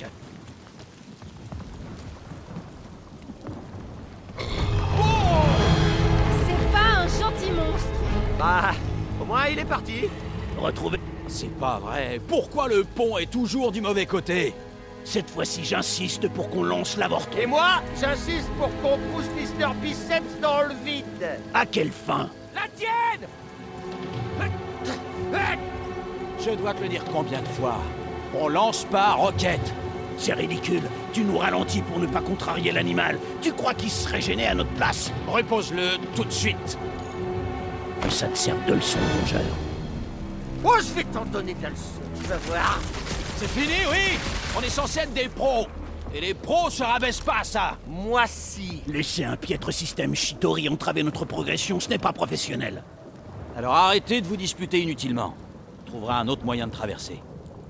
C'est pas un gentil monstre. Bah, au moins il est parti. Retrouvez... C'est pas vrai. Pourquoi le pont est toujours du mauvais côté? Cette fois-ci, j'insiste pour qu'on lance l'avorton. Et moi, j'insiste pour qu'on pousse Mister Biceps dans le vide. À quelle fin? La tienne! Je dois te le dire combien de fois? On lance pas roquette. C'est ringicule. Tu nous ralentis pour ne pas contrarier l'animal. Tu crois qu'il serait gêné à notre place? Repose-le tout de suite. Que ça te serve de leçon, rongeur. Oh, je vais t'en donner de la leçon, tu vas voir. C'est fini, oui? On est censé être des pros. Et les pros se rabaissent pas à ça. Moi si. Laisser un piètre système Shitori entraver notre progression, ce n'est pas professionnel. Alors arrêtez de vous disputer inutilement. On trouvera un autre moyen de traverser.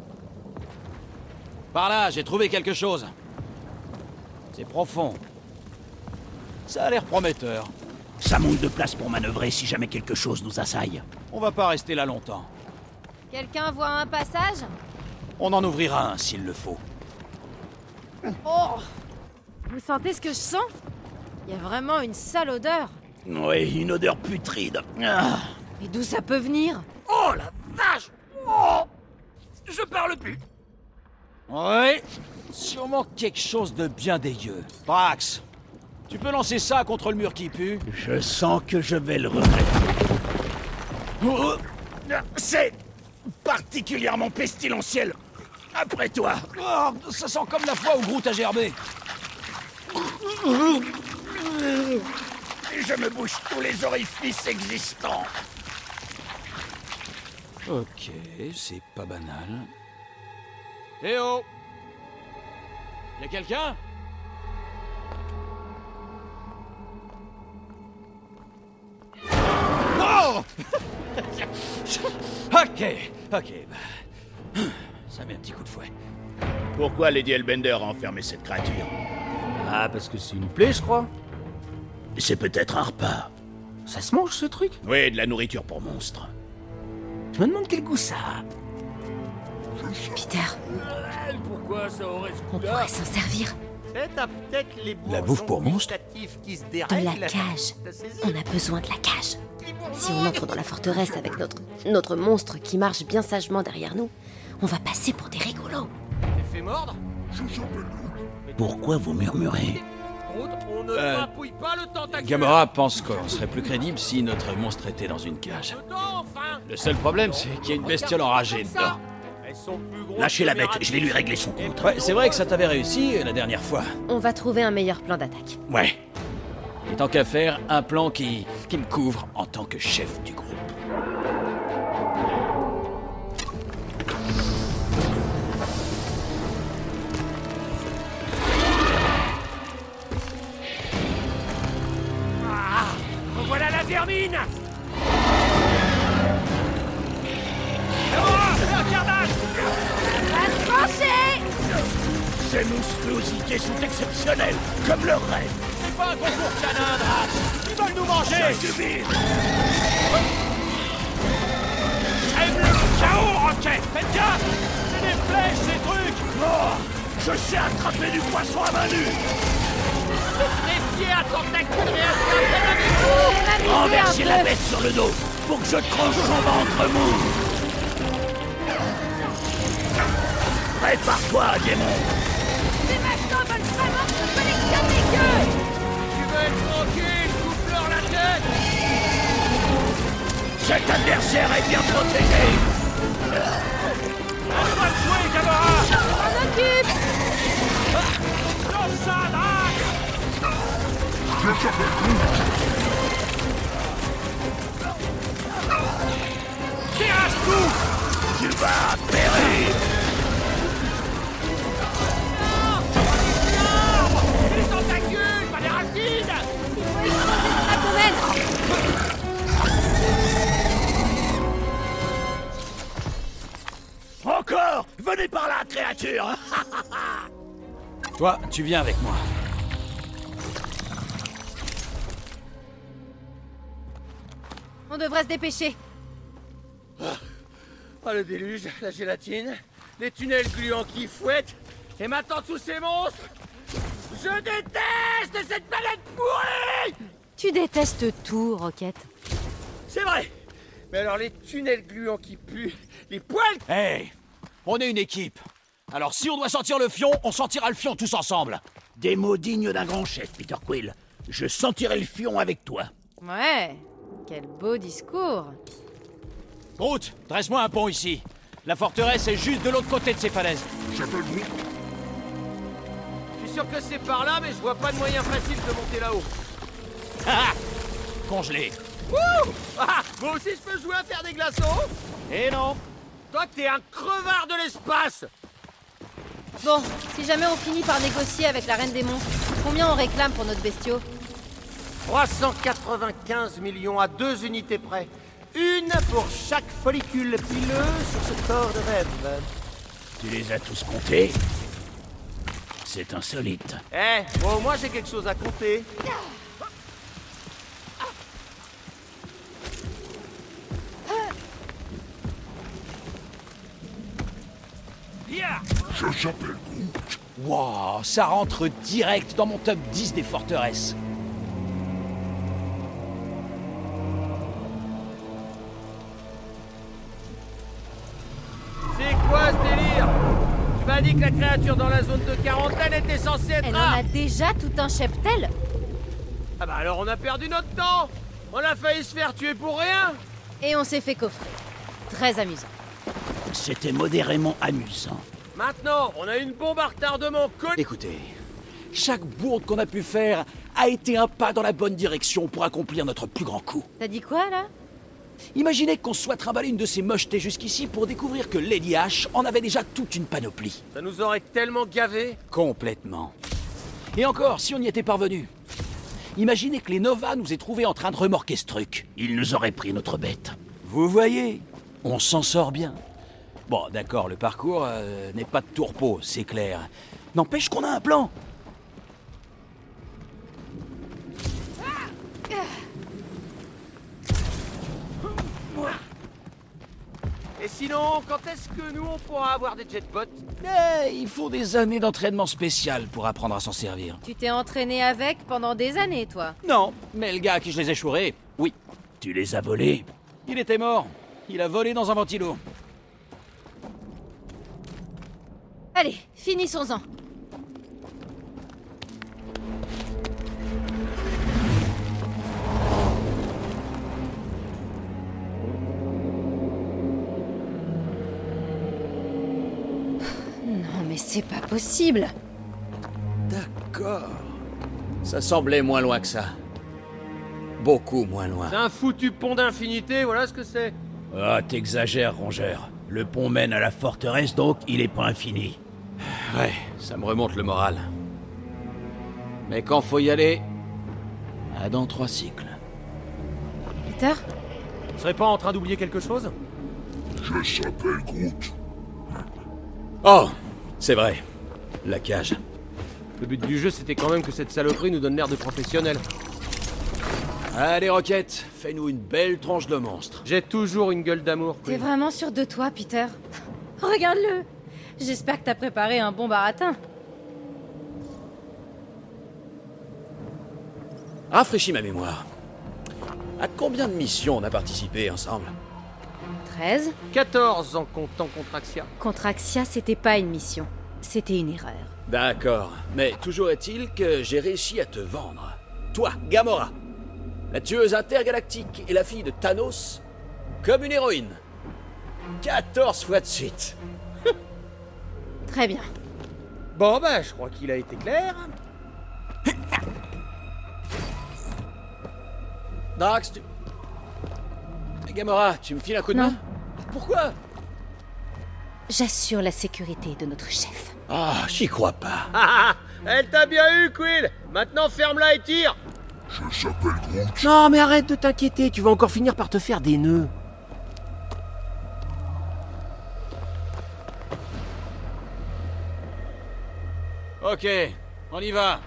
Par là, j'ai trouvé quelque chose. C'est profond. Ça a l'air prometteur. Ça manque de place pour manœuvrer si jamais quelque chose nous assaille. On va pas rester là longtemps. Quelqu'un voit un passage? On en ouvrira un s'il le faut. Oh! Vous sentez ce que je sens? Il y a vraiment une sale odeur. Oui, une odeur putride. Ah. Mais d'où ça peut venir? Oh la vache! Oh! Je parle plus. Ouais, sûrement quelque chose de bien dégueu. Brax, tu peux lancer ça contre le mur qui pue? Je sens que je vais le regretter. Oh, c'est particulièrement pestilentiel. Après toi. Oh, ça sent comme la fois où Groot a gerbé. Je me bouche tous les orifices existants. Ok, c'est pas banal. Eh oh! Y'a quelqu'un? Oh! Ok, ok. bah, Ça met un petit coup de fouet. Pourquoi Lady Hellbender a enfermé cette créature? Ah, parce que c'est une plaie, je crois. C'est peut-être un repas. Ça se mange, ce truc? Oui, de la nourriture pour monstres. Je me demande quel goût ça a. Peter, Pourquoi ça aurait ce on pourrait s'en servir. T'as peut-être les La bouffe pour monstres? qui se De dérèglent. la cage. T'as saisi? On a besoin de la cage. Si on entre dans la forteresse avec notre, notre monstre qui marche bien sagement derrière nous, on va passer pour des rigolos. T'es fait mordre? Pourquoi vous murmurez? Groot, on ne Euh, papouille pas le tentacule. Gamora pense qu'on serait plus crédible si notre monstre était dans une cage. Dedans, enfin. Le seul problème, c'est qu'il y a une bestiole enragée dedans. Elles sont plus grosses Lâchez que la les bête, rats- je vais lui régler son compte. Ouais, c'est vrai que ça t'avait réussi euh, la dernière fois. On va trouver un meilleur plan d'attaque. Ouais. Et tant qu'à faire, un plan qui, qui me couvre en tant que chef du groupe. Voilà la vermine. À trancher! Ces monstruosités sont exceptionnelles, comme leur rêve. C'est pas un concours canin, Drax. Ils veulent nous manger. Je jubile. Aime le chaos, Rocket. Faites gaffe. C'est des flèches, ces trucs. Oh, je sais attraper du poisson à main nue. Défier un tentacule et un On va miser Renversez un la peu. bête sur le dos pour que je tranche son ventre mou. Prépare-toi, démon. Ces machins veulent vraiment que je collectionne les queues! Tu veux être tranquille, coupe-leur la tête. Cet adversaire est bien protégé. On va jouer, Gamora. On occupe! Lance ça, Drax. Tirage tout. Tu vas périr. Les tentacules, pas des racines. Il faut exploser cet abdomen! Encore. Venez par là, créature. Toi, tu viens avec moi. On devrait se dépêcher. Oh, le déluge, la gélatine, les tunnels gluants qui fouettent, et maintenant tous ces monstres. Je déteste cette planète pourrie. Tu détestes tout, Rocket. C'est vrai. Mais alors les tunnels gluants qui puent, les poils... Hey, on est une équipe. Alors si on doit sentir le fion, on sentira le fion tous ensemble. Des mots dignes d'un grand chef, Peter Quill. Je sentirai le fion avec toi. Ouais, quel beau discours. Groot, dresse-moi un pont ici. La forteresse est juste de l'autre côté de ces falaises. J'appelle Groot. Je suis sûr que c'est par là, mais je vois pas de moyen facile de monter là-haut. Ah, congelé. Wouh! Ah, moi aussi je peux jouer à faire des glaçons? Et non. Toi t'es un crevard de l'espace! Bon, si jamais on finit par négocier avec la Reine des Monstres, combien on réclame pour notre bestiau? trois cent quatre-vingt-quinze millions à deux unités près. Une pour chaque follicule pileux sur ce corps de rêve. Tu les as tous comptés? C'est insolite. Eh, bon, au moins j'ai quelque chose à compter. Je s'appelle Groot. Wow, ça rentre direct dans mon top dix des forteresses. C'est quoi ce délire? Tu m'as dit que la créature dans la zone de quarantaine était censée être Elle là. en a déjà tout un cheptel. Ah bah alors on a perdu notre temps. On a failli se faire tuer pour rien. Et on s'est fait coffrer. Très amusant. C'était modérément amusant. Maintenant, on a une bombe à retardement collée. Écoutez, chaque bourde qu'on a pu faire a été un pas dans la bonne direction pour accomplir notre plus grand coup. T'as dit quoi, là? Imaginez qu'on se soit trimballé une de ces mochetés jusqu'ici pour découvrir que Lady H en avait déjà toute une panoplie. Ça nous aurait tellement gavés. Complètement. Et encore, si on y était parvenu. Imaginez que les Nova nous aient trouvés en train de remorquer ce truc. Ils nous auraient pris notre bête. Vous voyez, on s'en sort bien. Bon, d'accord, le parcours euh, n'est pas de tourpeau, c'est clair. N'empêche qu'on a un plan. Et sinon, quand est-ce que nous on pourra avoir des jetbots? Eh, il faut des années d'entraînement spécial pour apprendre à s'en servir. Tu t'es entraîné avec pendant des années, toi. Non, mais le gars à qui je les ai chourés, oui. Tu les as volés? Il était mort. Il a volé dans un ventilo. Allez, finissons-en. Non, mais c'est pas possible. D'accord. Ça semblait moins loin que ça. Beaucoup moins loin. C'est un foutu pont d'infinité, voilà ce que c'est. Ah, t'exagères, rongeur. Le pont mène à la forteresse, donc il est pas infini. Ouais, ça me remonte le moral. Mais quand faut y aller, à dans trois cycles. Peter? Tu serais pas en train d'oublier quelque chose? Je s'appelle Groot. Oh, c'est vrai. La cage. Le but du jeu, c'était quand même que cette saloperie nous donne l'air de professionnels. Allez, Rocket, fais-nous une belle tranche de monstre. J'ai toujours une gueule d'amour. T'es Queen. vraiment sûr de toi, Peter? Regarde-le. J'espère que t'as préparé un bon baratin. Rafraîchis ma mémoire. À combien de missions on a participé ensemble? treize. quatorze en comptant Contraxia. Contraxia, c'était pas une mission. C'était une erreur. D'accord, mais toujours est-il que j'ai réussi à te vendre. Toi, Gamora, la tueuse intergalactique et la fille de Thanos, comme une héroïne. quatorze fois de suite. Très bien. Bon bah, je crois qu'il a été clair. Drax, tu... Gamora, tu me files un coup de Non. main? Pourquoi? J'assure la sécurité de notre chef. Ah, j'y crois pas. Ah, ah, elle t'a bien eu, Quill. Maintenant, ferme-la et tire. Je s'appelle Groot. Non, mais arrête de t'inquiéter. Tu vas encore finir par te faire des nœuds. Ok, on y va.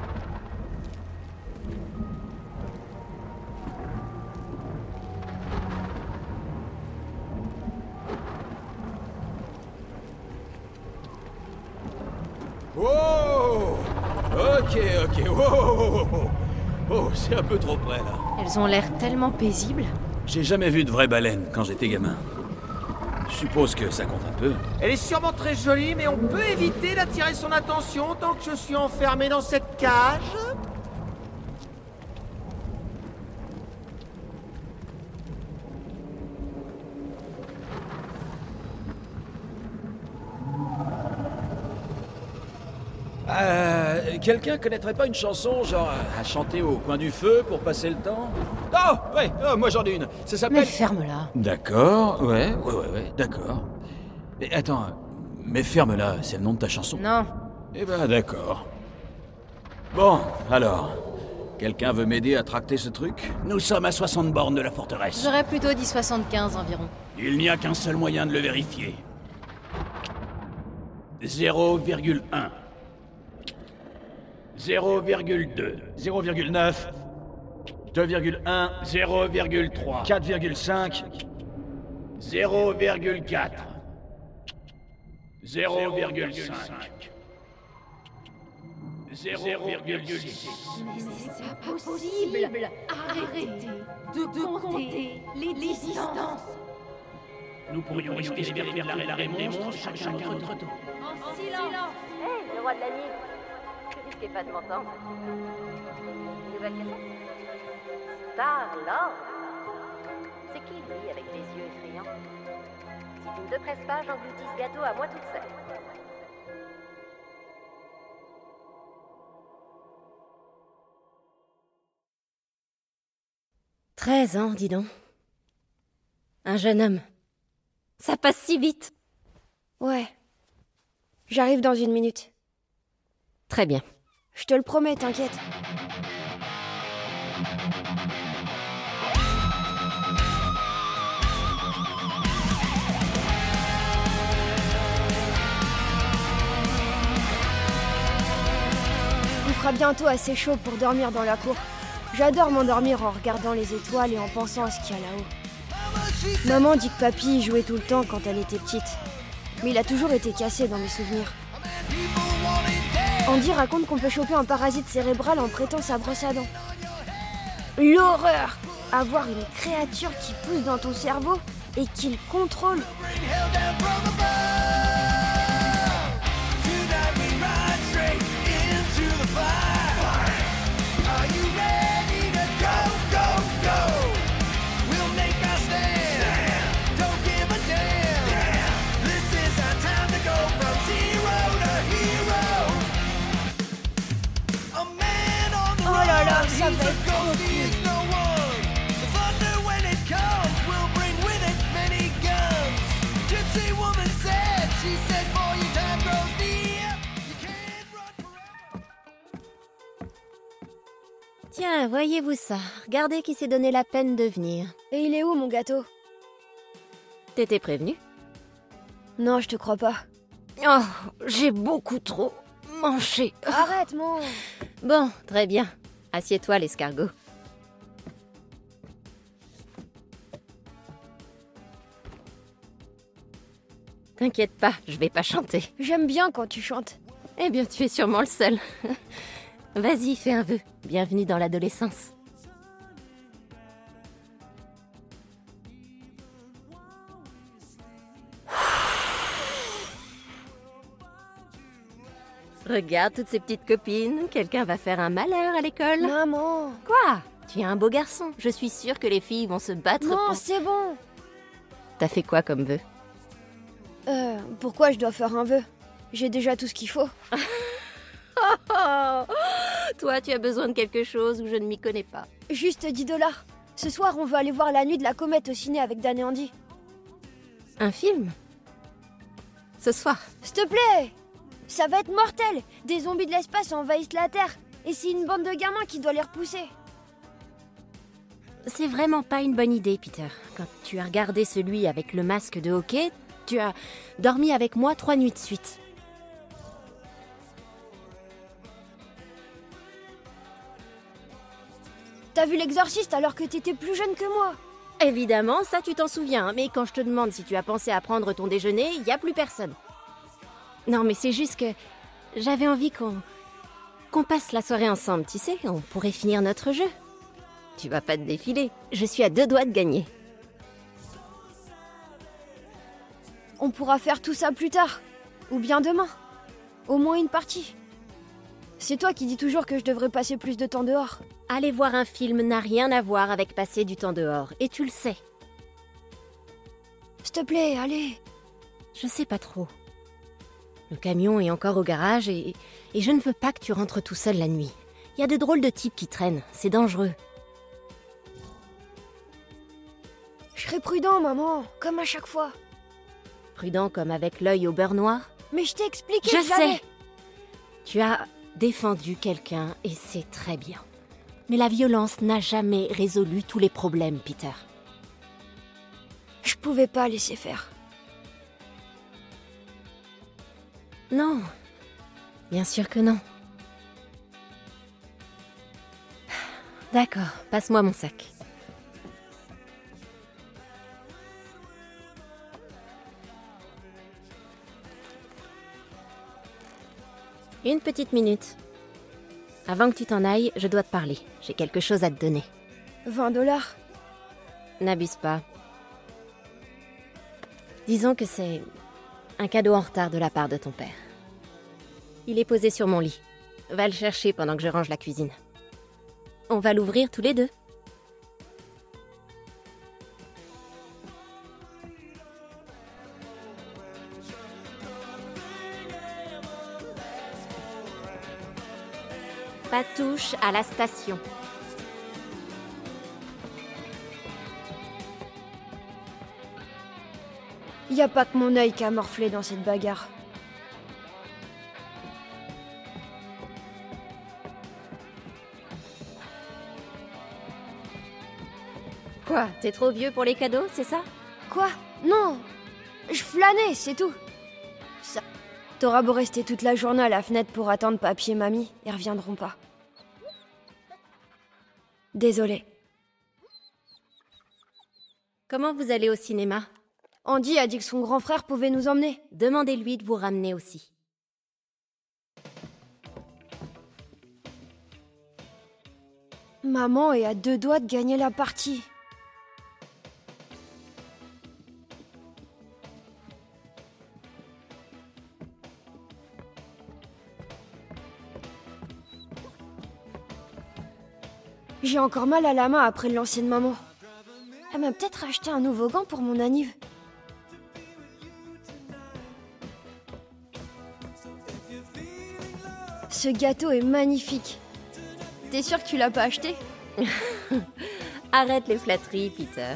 Wow! Ok, ok, wow! wow, wow. Oh, c'est un peu trop près, là. Elles ont l'air tellement paisibles. J'ai jamais vu de vraie baleine quand j'étais gamin. Je suppose que ça compte un peu. Elle est sûrement très jolie, mais on peut éviter d'attirer son attention tant que je suis enfermé dans cette cage. Euh, quelqu'un connaîtrait pas une chanson, genre euh, à chanter au coin du feu pour passer le temps? Oh, ouais, oh, moi j'en ai une. Ça Mais s'appelle... ferme-la. D'accord, ouais, ouais, ouais, ouais, d'accord. Et attends, mais ferme-la, c'est le nom de ta chanson? Non. Eh ben, d'accord. Bon, alors, quelqu'un veut m'aider à tracter ce truc? Nous sommes à soixante bornes de la forteresse. J'aurais plutôt dit soixante-quinze environ. Il n'y a qu'un seul moyen de le vérifier. zéro virgule un. zéro virgule deux. zéro virgule neuf. deux virgule un. zéro virgule trois. quatre virgule cinq. zéro virgule quatre. zéro virgule cinq. zéro virgule six. C'est pas possible. Arrêtez de compter les distances. Nous pourrions risquer de vérifier l'arrêt monstre chacun de notre tour. En silence. Hé, le roi de la nuit. Tu risquais pas de m'entendre. Nouvelle cassette? Star-Lord. C'est qui, lui, avec les yeux effrayants? Si tu ne te presses pas, j'engloutis ce gâteau à moi toute seule. Treize ans, dis donc. Un jeune homme. Ça passe si vite. Ouais. J'arrive dans une minute. Très bien. Je te le promets, t'inquiète. Il fera bientôt assez chaud pour dormir dans la cour. J'adore m'endormir en regardant les étoiles et en pensant à ce qu'il y a là-haut. Maman dit que papy y jouait tout le temps quand elle était petite. Mais il a toujours été cassé dans mes souvenirs. Andy raconte qu'on peut choper un parasite cérébral en prêtant sa brosse à dents. L'horreur! Avoir une créature qui pousse dans ton cerveau et qui le contrôle. Oh là là, ça va être trop cool. Tiens, voyez-vous ça. Regardez qui s'est donné la peine de venir. Et il est où, mon gâteau? T'étais prévenu? Non, je te crois pas. Oh, j'ai beaucoup trop mangé. Arrête, mon... Bon, très bien. Assieds-toi, l'escargot. T'inquiète pas, je vais pas chanter. J'aime bien quand tu chantes. Eh bien, tu es sûrement le seul. Vas-y, fais un vœu. Bienvenue dans l'adolescence. Regarde toutes ces petites copines. Quelqu'un va faire un malheur à l'école. Maman! Quoi? Tu es un beau garçon. Je suis sûre que les filles vont se battre Non, pour... c'est bon! T'as fait quoi comme vœu? Euh, pourquoi je dois faire un vœu? J'ai déjà tout ce qu'il faut. Oh, toi, tu as besoin de quelque chose où je ne m'y connais pas. Juste dix dollars. Ce soir, on va aller voir La Nuit de la Comète au ciné avec Dan et Andy. Un film? Ce soir? S'il te plaît! Ça va être mortel! Des zombies de l'espace envahissent la Terre. Et c'est une bande de gamins qui doit les repousser. C'est vraiment pas une bonne idée, Peter. Quand tu as regardé celui avec le masque de hockey, tu as dormi avec moi trois nuits de suite. t'as vu l'exorciste alors que t'étais plus jeune que moi. Évidemment, ça tu t'en souviens, mais quand je te demande si tu as pensé à prendre ton déjeuner, il y a plus personne. Non, mais c'est juste que j'avais envie qu'on qu'on passe la soirée ensemble, tu sais, on pourrait finir notre jeu. Tu vas pas te défiler, je suis à deux doigts de gagner. On pourra faire tout ça plus tard. Ou bien demain. Au moins une partie. C'est toi qui dis toujours que je devrais passer plus de temps dehors. Aller voir un film n'a rien à voir avec passer du temps dehors, et tu le sais. S'il te plaît, allez. Je sais pas trop. Le camion est encore au garage et, et je ne veux pas que tu rentres tout seul la nuit. Il y a de drôles de types qui traînent, c'est dangereux. Je serai prudent, maman, comme à chaque fois. Prudent comme avec l'œil au beurre noir? Mais je t'ai expliqué Je que j'allais... sais. Tu as défendu quelqu'un et c'est très bien. Mais la violence n'a jamais résolu tous les problèmes, Peter. Je pouvais pas laisser faire. Non. Bien sûr que non. D'accord, passe-moi mon sac. Une petite minute. Avant que tu t'en ailles, je dois te parler. J'ai quelque chose à te donner. vingt dollars. N'abuse pas. Disons que c'est un cadeau en retard de la part de ton père. Il est posé sur mon lit. Va le chercher pendant que je range la cuisine. On va l'ouvrir tous les deux. Pas touche à la station. Y a pas que mon œil qui a morflé dans cette bagarre. Quoi? T'es trop vieux pour les cadeaux, c'est ça? Quoi? Non. Je flânais, c'est tout. Ça... T'auras beau rester toute la journée à la fenêtre pour attendre papy et mamie, ils reviendront pas. Désolée. Comment vous allez au cinéma? Andy a dit que son grand frère pouvait nous emmener. Demandez-lui de vous ramener aussi. Maman est à deux doigts de gagner la partie. J'ai encore mal à la main après le lancer de maman. Elle m'a peut-être acheté un nouveau gant pour mon anniv. Ce gâteau est magnifique. T'es sûr que tu l'as pas acheté? Arrête les flatteries, Peter.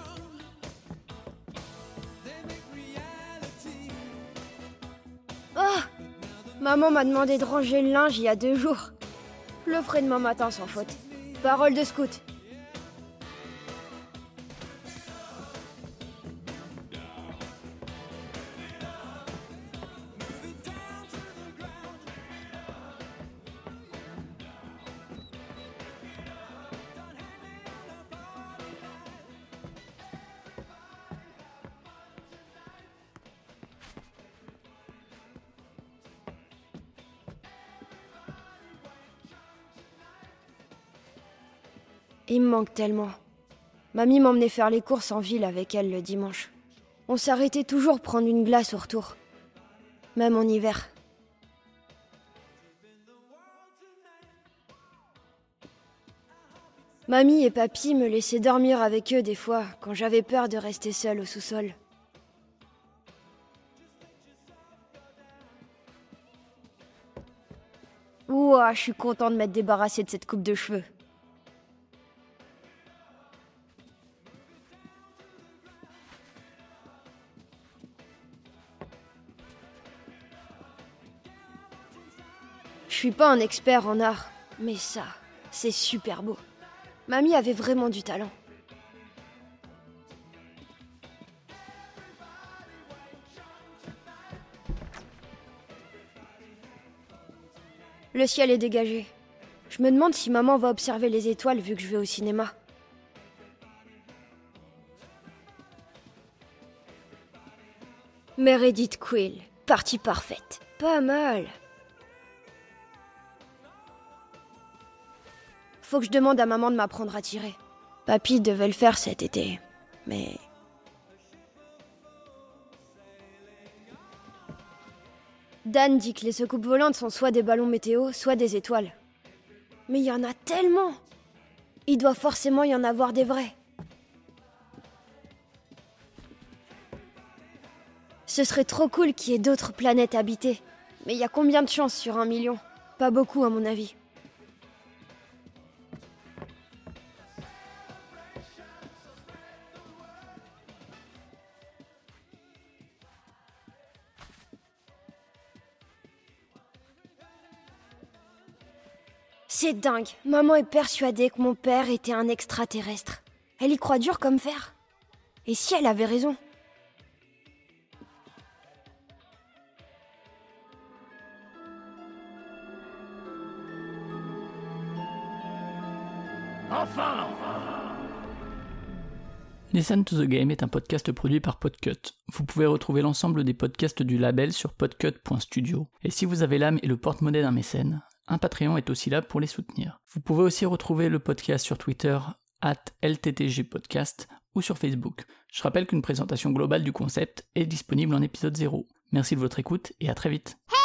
Oh! Maman m'a demandé de ranger le linge il y a deux jours. Je le ferai demain matin sans faute. Parole de scout. Il me manque tellement. Mamie m'emmenait faire les courses en ville avec elle le dimanche. On s'arrêtait toujours prendre une glace au retour. Même en hiver. Mamie et papy me laissaient dormir avec eux des fois, quand j'avais peur de rester seule au sous-sol. Ouah, je suis content de m'être débarrassée de cette coupe de cheveux. Je suis pas un expert en art, mais ça, c'est super beau. Mamie avait vraiment du talent. Le ciel est dégagé. Je Je me demande si maman va observer les étoiles vu que je vais au cinéma. Meredith Quill, partie parfaite. Pas mal. Faut que je demande à maman de m'apprendre à tirer. Papy devait le faire cet été, mais... Dan dit que les secoupes volantes sont soit des ballons météo, soit des étoiles. Mais il y en a tellement! Il doit forcément y en avoir des vrais. Ce serait trop cool qu'il y ait d'autres planètes habitées. Mais il y a combien de chances sur un million? Pas beaucoup à mon avis. C'est dingue. Maman est persuadée que mon père était un extraterrestre. Elle y croit dur comme fer. Et si elle avait raison? Enfin, Listen to the Game est un podcast produit par Podcut. Vous pouvez retrouver l'ensemble des podcasts du label sur podcut point studio. Et si vous avez l'âme et le porte-monnaie d'un mécène, un Patreon est aussi là pour les soutenir. Vous pouvez aussi retrouver le podcast sur Twitter, arobase L T T G podcast, ou sur Facebook. Je rappelle qu'une présentation globale du concept est disponible en épisode zéro. Merci de votre écoute et à très vite.